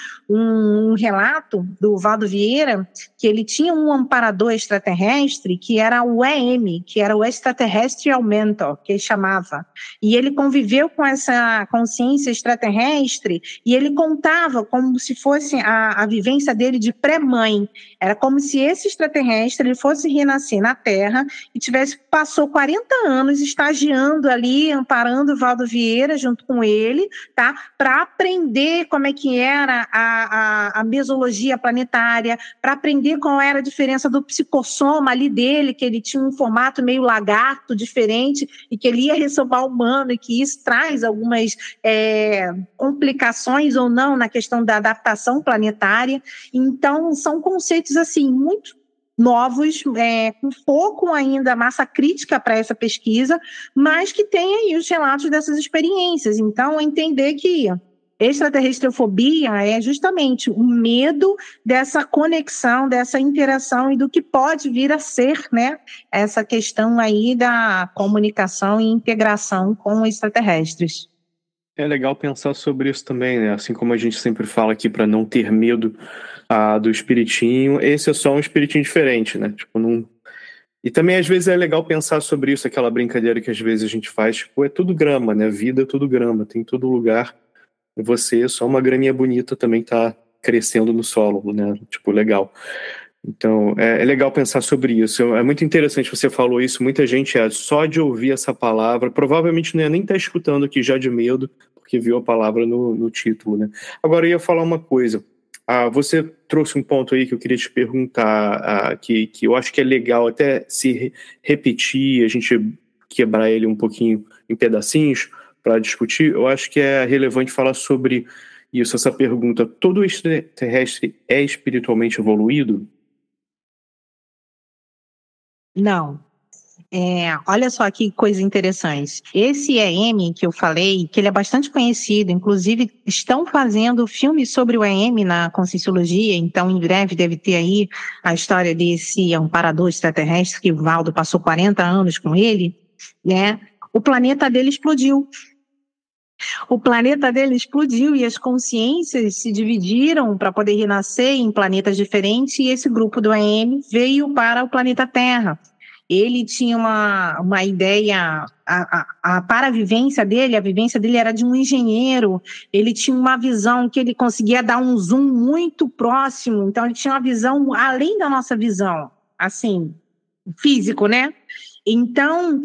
um relato do Valdo Vieira que ele tinha um amparador extraterrestre que era o EM, que era o Extraterrestrial Mentor, que ele chamava. E ele conviveu com essa consciência extraterrestre e ele contava como se fosse a vivência dele de pré-mãe. Era como se esse extraterrestre ele fosse renascer na Terra e passou 40 anos estagiando ali, amparando o Valdo Vieira junto com ele, tá? Para aprender como é que era a mesologia planetária, para aprender qual era a diferença do psicossoma ali dele, que ele tinha um formato meio lagarto diferente e que ele ia ressoar humano e que isso traz algumas complicações ou não na questão da adaptação planetária. Então, são conceitos assim muito novos, com pouco ainda massa crítica para essa pesquisa, mas que tem aí os relatos dessas experiências. Então, entender que extraterrestriofobia é justamente o medo dessa conexão, dessa interação e do que pode vir a ser, né, essa questão aí da comunicação e integração com extraterrestres. É legal pensar sobre isso também, né? Assim como a gente sempre fala aqui para não ter medo do espiritinho, esse é só um espiritinho diferente, né? Tipo, não... E também às vezes é legal pensar sobre isso, aquela brincadeira que às vezes a gente faz, tipo, é tudo grama, né? Vida é tudo grama, tem todo lugar. E você, só uma graminha bonita também tá crescendo no solo, né? Tipo, legal. Então, é legal pensar sobre isso. É muito interessante, você falou isso, muita gente só de ouvir essa palavra, provavelmente não ia nem estar escutando aqui já de medo, porque viu a palavra no título, né? Agora, eu ia falar uma coisa. Você trouxe um ponto aí que eu queria te perguntar, que eu acho que é legal até se repetir, a gente quebrar ele um pouquinho em pedacinhos para discutir. Eu acho que é relevante falar sobre isso, essa pergunta. Todo extraterrestre é espiritualmente evoluído? Não. Olha só que coisa interessante. Esse EM que eu falei, que ele é bastante conhecido, inclusive estão fazendo filmes sobre o EM na Conscienciologia, então em breve deve ter aí a história desse amparador extraterrestre que o Valdo passou 40 anos com ele, né? O planeta dele explodiu. O planeta dele explodiu e as consciências se dividiram para poder renascer em planetas diferentes e esse grupo do EM veio para o planeta Terra. Ele tinha uma ideia, para a vivência dele era de um engenheiro, ele tinha uma visão que ele conseguia dar um zoom muito próximo, então ele tinha uma visão além da nossa visão, assim, físico, né? Então,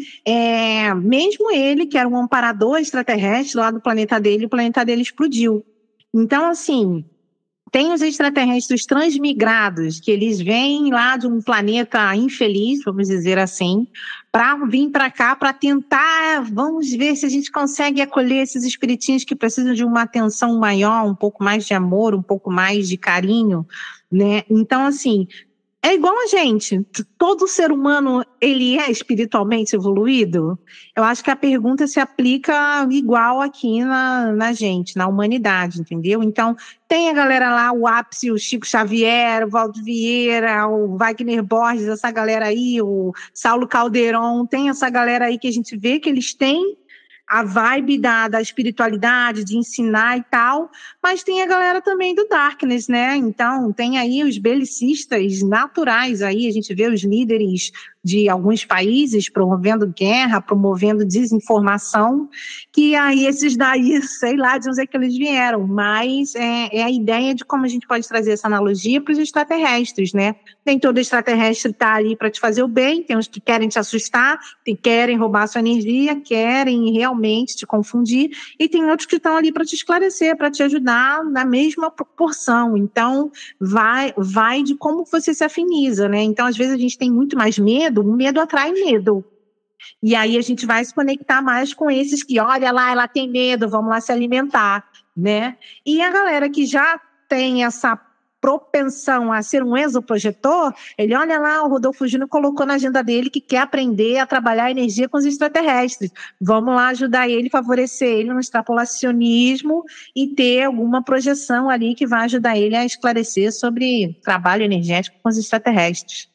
mesmo ele, que era um amparador extraterrestre lá do planeta dele, o planeta dele explodiu. Então, assim, tem os extraterrestres transmigrados, que eles vêm lá de um planeta infeliz, vamos dizer assim, para vir para cá, para tentar, vamos ver se a gente consegue acolher esses espiritinhos que precisam de uma atenção maior, um pouco mais de amor, um pouco mais de carinho, né? Então, assim, é igual a gente, todo ser humano, ele é espiritualmente evoluído? Eu acho que a pergunta se aplica igual aqui na gente, na humanidade, entendeu? Então, tem a galera lá, o ápice, o Chico Xavier, o Valdo Vieira, o Wagner Borges, essa galera aí, o Saulo Calderon, tem essa galera aí que a gente vê que eles têm a vibe da espiritualidade, de ensinar e tal, mas tem a galera também do Darkness, né? Então, tem aí os belicistas naturais aí, a gente vê os líderes de alguns países promovendo guerra, promovendo desinformação, que aí esses daí, sei lá de onde é que eles vieram, mas é a ideia de como a gente pode trazer essa analogia para os extraterrestres, né? Nem todo extraterrestre está ali para te fazer o bem, tem uns que querem te assustar, que querem roubar sua energia, querem realmente te confundir, e tem outros que estão ali para te esclarecer, para te ajudar na mesma proporção. Então, vai de como você se afiniza, né? Então, às vezes a gente tem muito mais medo, o medo atrai medo. E aí a gente vai se conectar mais com esses que, olha lá, ela tem medo, vamos lá se alimentar, né? E a galera que já tem essa propensão a ser um exoprojetor, ele olha lá, o Rodolfo Júnior colocou na agenda dele que quer aprender a trabalhar a energia com os extraterrestres. Vamos lá ajudar ele, favorecer ele no extrapolacionismo e ter alguma projeção ali que vai ajudar ele a esclarecer sobre trabalho energético com os extraterrestres.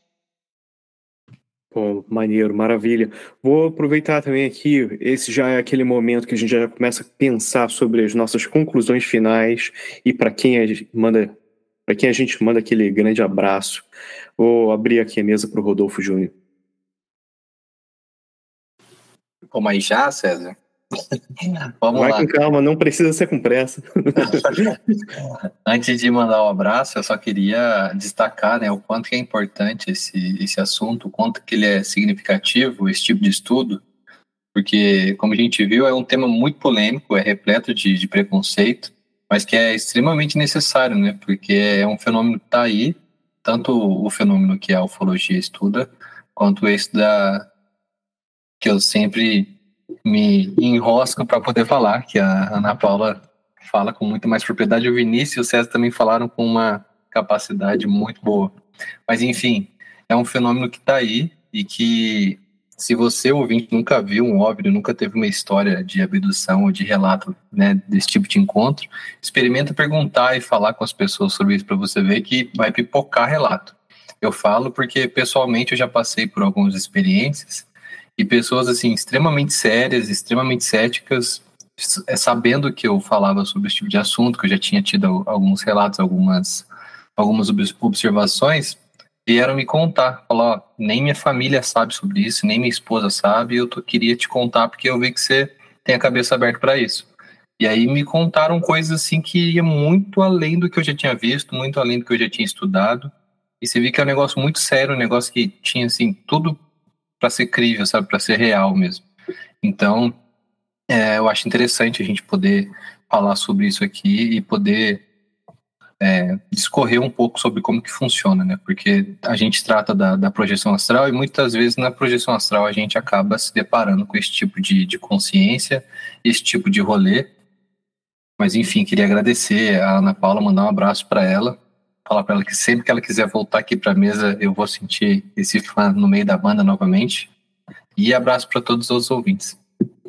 Pô, maneiro, maravilha. Vou aproveitar também aqui, esse já é aquele momento que a gente já começa a pensar sobre as nossas conclusões finais e para quem a gente manda aquele grande abraço. Vou abrir aqui a mesa para o Rodolfo Júnior. Pô, mas já, César? Vamos Vai lá. com calma, não precisa ser com pressa. Antes de mandar um abraço, eu só queria destacar, né, o quanto que é importante esse assunto, o quanto que ele é significativo, esse tipo de estudo, porque, como a gente viu, é um tema muito polêmico, é repleto de preconceito, mas que é extremamente necessário, né, porque é um fenômeno que está aí, tanto o fenômeno que a ufologia estuda, quanto esse que eu sempre me enrosco para poder falar, que a Ana Paula fala com muito mais propriedade, o Vinícius e o César também falaram com uma capacidade muito boa. Mas, enfim, é um fenômeno que está aí e que, se você, ouvinte, nunca viu um OVNI, nunca teve uma história de abdução ou de relato, né, desse tipo de encontro, experimenta perguntar e falar com as pessoas sobre isso para você ver que vai pipocar relato. Eu falo porque, pessoalmente, eu já passei por algumas experiências e pessoas, assim, extremamente sérias, extremamente céticas, sabendo que eu falava sobre esse tipo de assunto, que eu já tinha tido alguns relatos, algumas observações, vieram me contar, falar, ó, nem minha família sabe sobre isso, nem minha esposa sabe, eu queria te contar porque eu vi que você tem a cabeça aberta para isso. E aí me contaram coisas, assim, que ia muito além do que eu já tinha visto, muito além do que eu já tinha estudado, e você vê que é um negócio muito sério, um negócio que tinha, assim, tudo para ser crível, sabe, para ser real mesmo. Então, eu acho interessante a gente poder falar sobre isso aqui e poder discorrer um pouco sobre como que funciona, né? Porque a gente trata da projeção astral e muitas vezes na projeção astral a gente acaba se deparando com esse tipo de consciência, esse tipo de rolê. Mas, enfim, queria agradecer a Ana Paula, mandar um abraço para ela, falar para ela que sempre que ela quiser voltar aqui para a mesa, eu vou sentir esse fã no meio da banda novamente. E abraço para todos os ouvintes.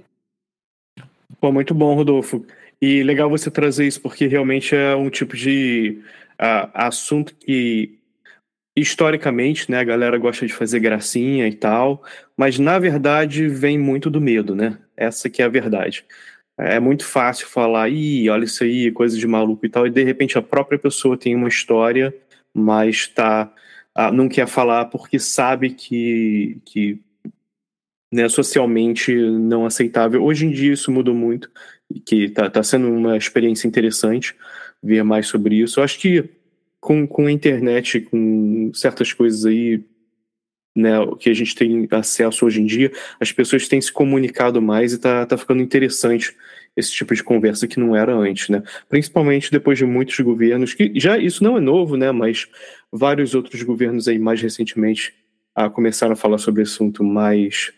Pô, muito bom, Rodolfo. E legal você trazer isso, porque realmente é um tipo de assunto que, historicamente, né, a galera gosta de fazer gracinha e tal, mas, na verdade, vem muito do medo, né? Essa que é a verdade. É muito fácil falar, ih, olha isso aí, coisa de maluco e tal, e de repente a própria pessoa tem uma história, mas não quer falar porque sabe que né, socialmente não aceitável. Hoje em dia isso mudou muito, e que tá sendo uma experiência interessante ver mais sobre isso. Eu acho que com a internet, com certas coisas aí, né, que a gente tem acesso hoje em dia, as pessoas têm se comunicado mais e tá ficando interessante esse tipo de conversa que não era antes, né? Principalmente depois de muitos governos, que já isso não é novo, né, mas vários outros governos aí mais recentemente começaram a falar sobre esse assunto mais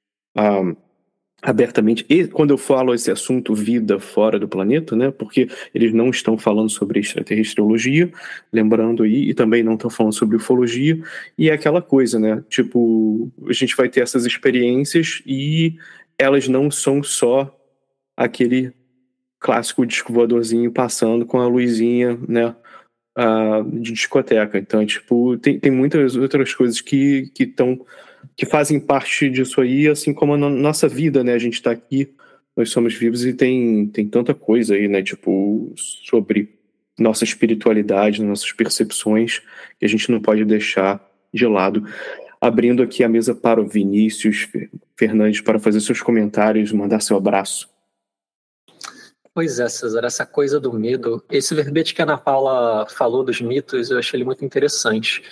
abertamente. E quando eu falo esse assunto vida fora do planeta, né, porque eles não estão falando sobre extraterrestriologia, lembrando aí, e também não estão falando sobre ufologia, e é aquela coisa, né, tipo, a gente vai ter essas experiências e elas não são só aquele clássico disco voadorzinho passando com a luzinha, né, de discoteca. Então, tipo, tem muitas outras coisas que fazem parte disso aí, assim como a nossa vida, né? A gente tá aqui, nós somos vivos e tem tanta coisa aí, né? Tipo, sobre nossa espiritualidade, nossas percepções, que a gente não pode deixar de lado. Abrindo aqui a mesa para o Vinícius Fernandes para fazer seus comentários, mandar seu abraço. Pois é, César, essa coisa do medo, esse verbete que a Ana Paula falou dos mitos, eu achei ele muito interessante.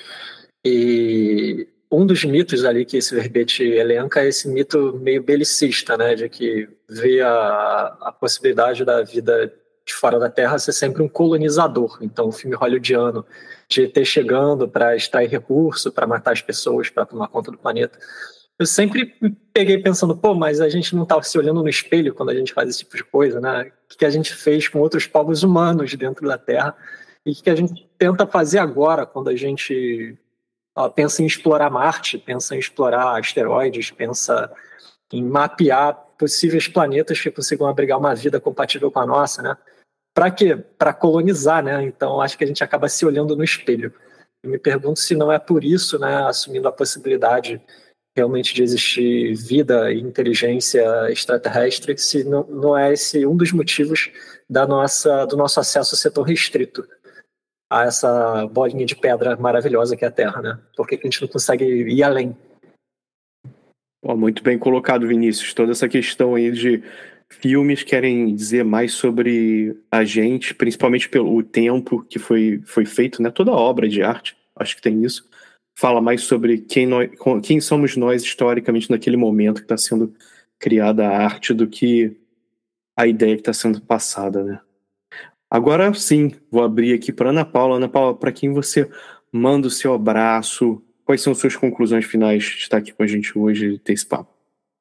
E um dos mitos ali que esse verbete elenca é esse mito meio belicista, né, de que vê a possibilidade da vida de fora da Terra ser sempre um colonizador. Então, o filme hollywoodiano de ET chegando para extrair recurso, para matar as pessoas, para tomar conta do planeta. Eu sempre me peguei pensando, pô, mas a gente não está se olhando no espelho quando a gente faz esse tipo de coisa, né? O que a gente fez com outros povos humanos dentro da Terra E o que a gente tenta fazer agora, quando a gente pensa em explorar Marte, pensa em explorar asteroides, pensa em mapear possíveis planetas que consigam abrigar uma vida compatível com a nossa, né? Para quê? Para colonizar, né? Então, acho que a gente acaba se olhando no espelho. Eu me pergunto se não é por isso, né, assumindo a possibilidade realmente de existir vida e inteligência extraterrestre, se não é esse um dos motivos do nosso acesso ser tão restrito a essa bolinha de pedra maravilhosa que é a Terra, né? Por que a gente não consegue ir além? Muito bem colocado, Vinícius. Toda essa questão aí de filmes querem dizer mais sobre a gente, principalmente pelo tempo que foi feito, né? Toda obra de arte, acho que tem isso. Fala mais sobre quem somos nós historicamente naquele momento que está sendo criada a arte do que a ideia que está sendo passada, né? Agora sim, vou abrir aqui para Ana Paula. Ana Paula, para quem você manda o seu abraço? Quais são suas conclusões finais de estar aqui com a gente hoje e ter esse papo?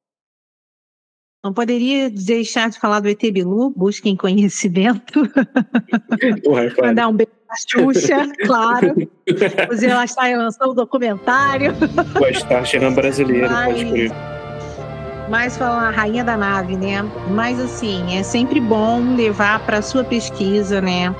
Não poderia deixar de falar do ET Bilu, busquem conhecimento. Mandar um beijo pra Xuxa, claro. O Zé Lastar lançou um documentário. O Lastar é brasileiro, pode crer. Mas falar a rainha da nave, né? Mas assim, é sempre bom levar para a sua pesquisa, né?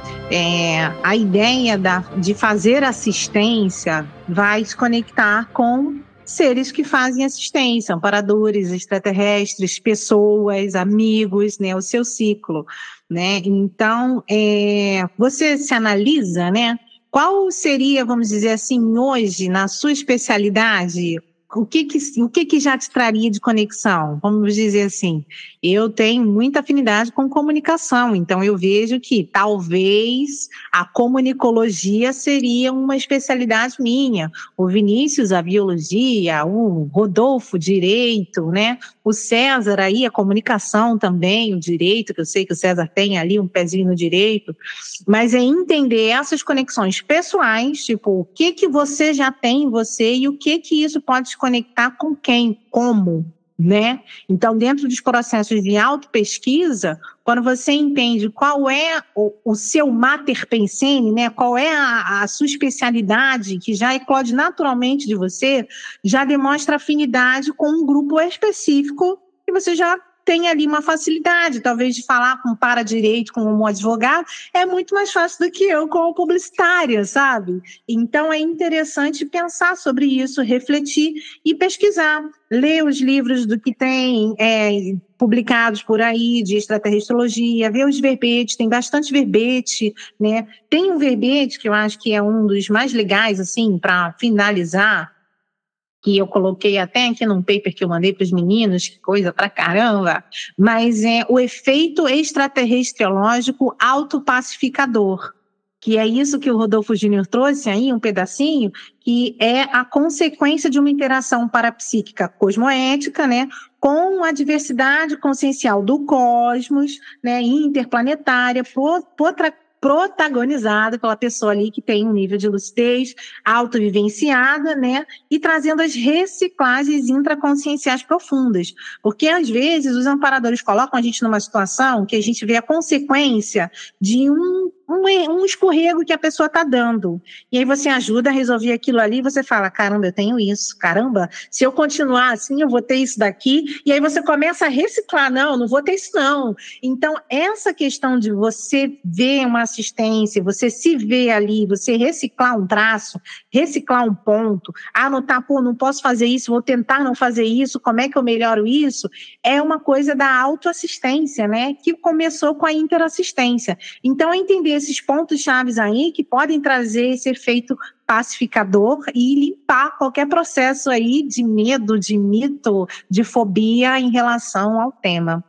A ideia de fazer assistência vai se conectar com seres que fazem assistência, amparadores, extraterrestres, pessoas, amigos, né? O seu ciclo, né? Então, você se analisa, né? Qual seria, vamos dizer assim, hoje, na sua especialidade, o que já te traria de conexão? Vamos dizer assim, eu tenho muita afinidade com comunicação, então eu vejo que talvez a comunicologia seria uma especialidade minha, o Vinícius, a biologia, o Rodolfo, direito, né? O César aí, a comunicação também, o direito, que eu sei que o César tem ali um pezinho no direito, mas é entender essas conexões pessoais, tipo, o que você já tem em você e o que isso pode se conectar com quem, como, né? Então, dentro dos processos de autopesquisa, quando você entende qual é o seu mater pensene, né? Qual é a sua especialidade que já eclode naturalmente de você, já demonstra afinidade com um grupo específico que você já tem ali uma facilidade, talvez de falar com um para-direito, com um advogado, é muito mais fácil do que eu como publicitária, sabe? Então é interessante pensar sobre isso, refletir e pesquisar, ler os livros do que tem publicados por aí de extraterrestrologia, ver os verbetes, tem bastante verbete, né? Tem um verbete que eu acho que é um dos mais legais, assim, para finalizar, que eu coloquei até aqui num paper que eu mandei para os meninos, que coisa pra caramba, mas é o efeito extraterrestriológico autopacificador, que é isso que o Rodolfo Júnior trouxe aí, um pedacinho, que é a consequência de uma interação parapsíquica cosmoética, né, com a diversidade consciencial do cosmos, né, interplanetária, protagonizada pela pessoa ali que tem um nível de lucidez autovivenciada, né, e trazendo as reciclagens intraconscienciais profundas, porque às vezes os amparadores colocam a gente numa situação que a gente vê a consequência de um escorrego que a pessoa está dando, e aí você ajuda a resolver aquilo ali, você fala, caramba, eu tenho isso, caramba, se eu continuar assim, eu vou ter isso daqui, e aí você começa a reciclar, não vou ter isso não. Então, essa questão de você ver uma assistência, você se ver ali, você reciclar um traço, reciclar um ponto, anotar, não posso fazer isso, vou tentar não fazer isso, como é que eu melhoro isso? É uma coisa da autoassistência, né, que começou com a interassistência. Então, entender esses pontos chaves aí que podem trazer esse efeito pacificador e limpar qualquer processo aí de medo, de mito, de fobia em relação ao tema.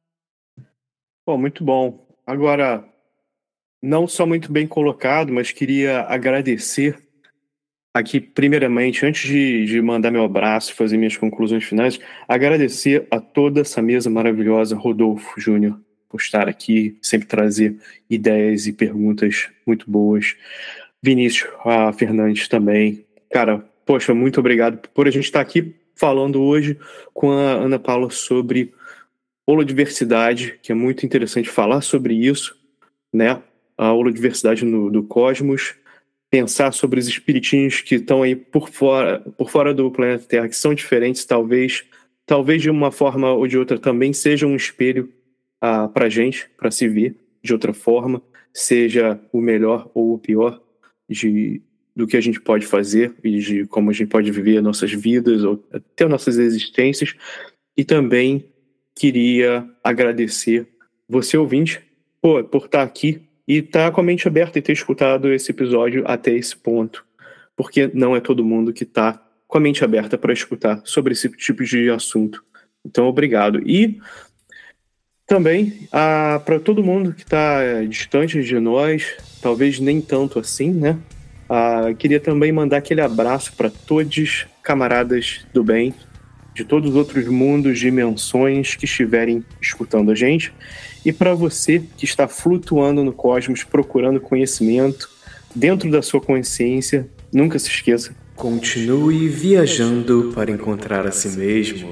Muito bom. Agora, não só muito bem colocado, mas queria agradecer aqui, primeiramente, antes de mandar meu abraço e fazer minhas conclusões finais, agradecer a toda essa mesa maravilhosa, Rodolfo Júnior, por estar aqui, sempre trazer ideias e perguntas muito boas. Vinícius, a Fernandes também. Cara, poxa, muito obrigado por a gente estar aqui falando hoje com a Ana Paula sobre holodiversidade, que é muito interessante falar sobre isso, né? a aula Diversidade do Cosmos, pensar sobre os espiritinhos que estão aí por fora do planeta Terra, que são diferentes, talvez de uma forma ou de outra também sejam um espelho para a gente, para se ver de outra forma, seja o melhor ou o pior do que a gente pode fazer e de como a gente pode viver nossas vidas ou até nossas existências. E também queria agradecer você, ouvinte, por estar aqui e estar com a mente aberta e ter escutado esse episódio até esse ponto, porque não é todo mundo que está com a mente aberta para escutar sobre esse tipo de assunto. Então, obrigado. E também para todo mundo que está distante de nós, talvez nem tanto assim, né? Queria também mandar aquele abraço para todos camaradas do bem, de todos os outros mundos, dimensões que estiverem escutando a gente. E para você que está flutuando no cosmos, procurando conhecimento dentro da sua consciência, nunca se esqueça. Continue viajando para encontrar a si mesmo.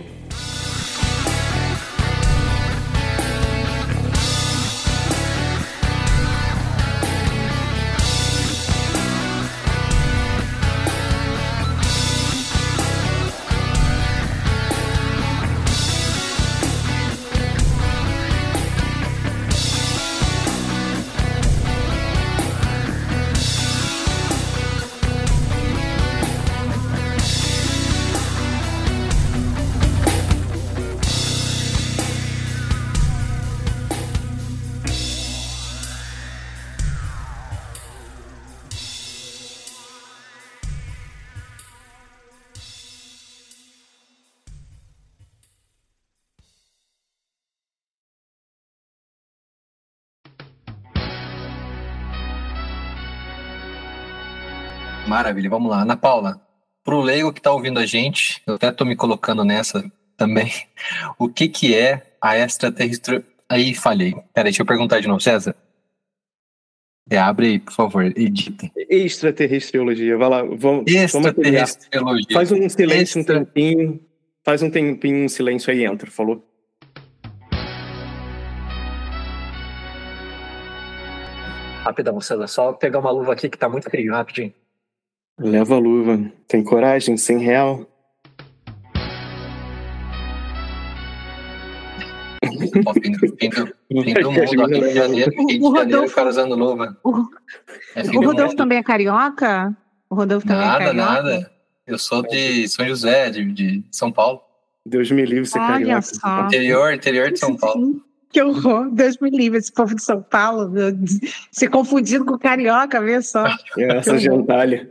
Maravilha, vamos lá. Ana Paula, pro leigo que está ouvindo a gente, eu até estou me colocando nessa também, o que é a extraterrestre... Aí, falhei. Peraí, deixa eu perguntar de novo, César. Abre aí, por favor, edita. Extraterrestriologia, vai lá. Vamos Extraterrestriologia. Faz um silêncio, um tempinho. Faz um tempinho, um silêncio aí, entra, falou? Rapidão, César, só pegar uma luva aqui que tá muito frio, rapidinho. Leva a luva. Tem coragem? R$100. Fim do mundo, Rio de Janeiro, o cara usando luva. O Rodolfo também é carioca? O Rodolfo também é carioca? Nada. Eu sou de São José, de São Paulo. Deus me livre ser carioca. Olha só. Interior de São Paulo. Que horror, Deus me livre, esse povo de São Paulo, se confundindo com carioca, vê só. Essa gentalha.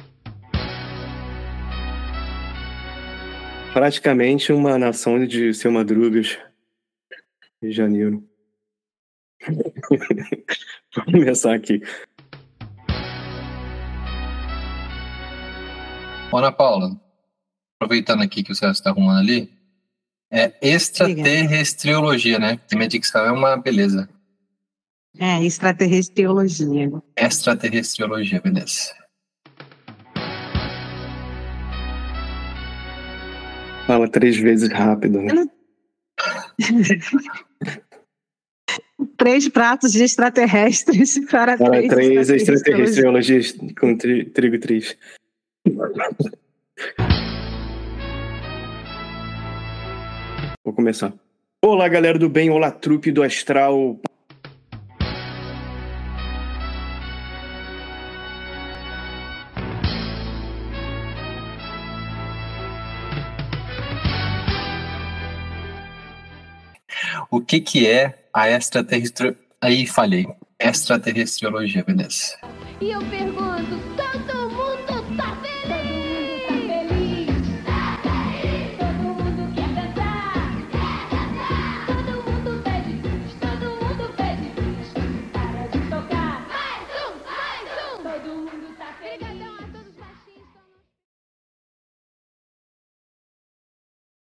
Praticamente uma nação de seu Madrugas, Rio de Janeiro. Vou começar aqui. Ana Paula, aproveitando aqui que o César está arrumando ali, é extraterrestriologia, né? A minha dicção é uma beleza. É, extraterrestriologia. Extraterrestriologia, beleza. Fala 3 vezes rápido, né? 3 pratos de extraterrestres para 3 extraterrestriologias com trigo triste. Vou começar. Olá, galera do bem, olá, trupe do astral. O que é a extraterrestriologia? Aí, falhei. Extraterrestriologia, beleza. E eu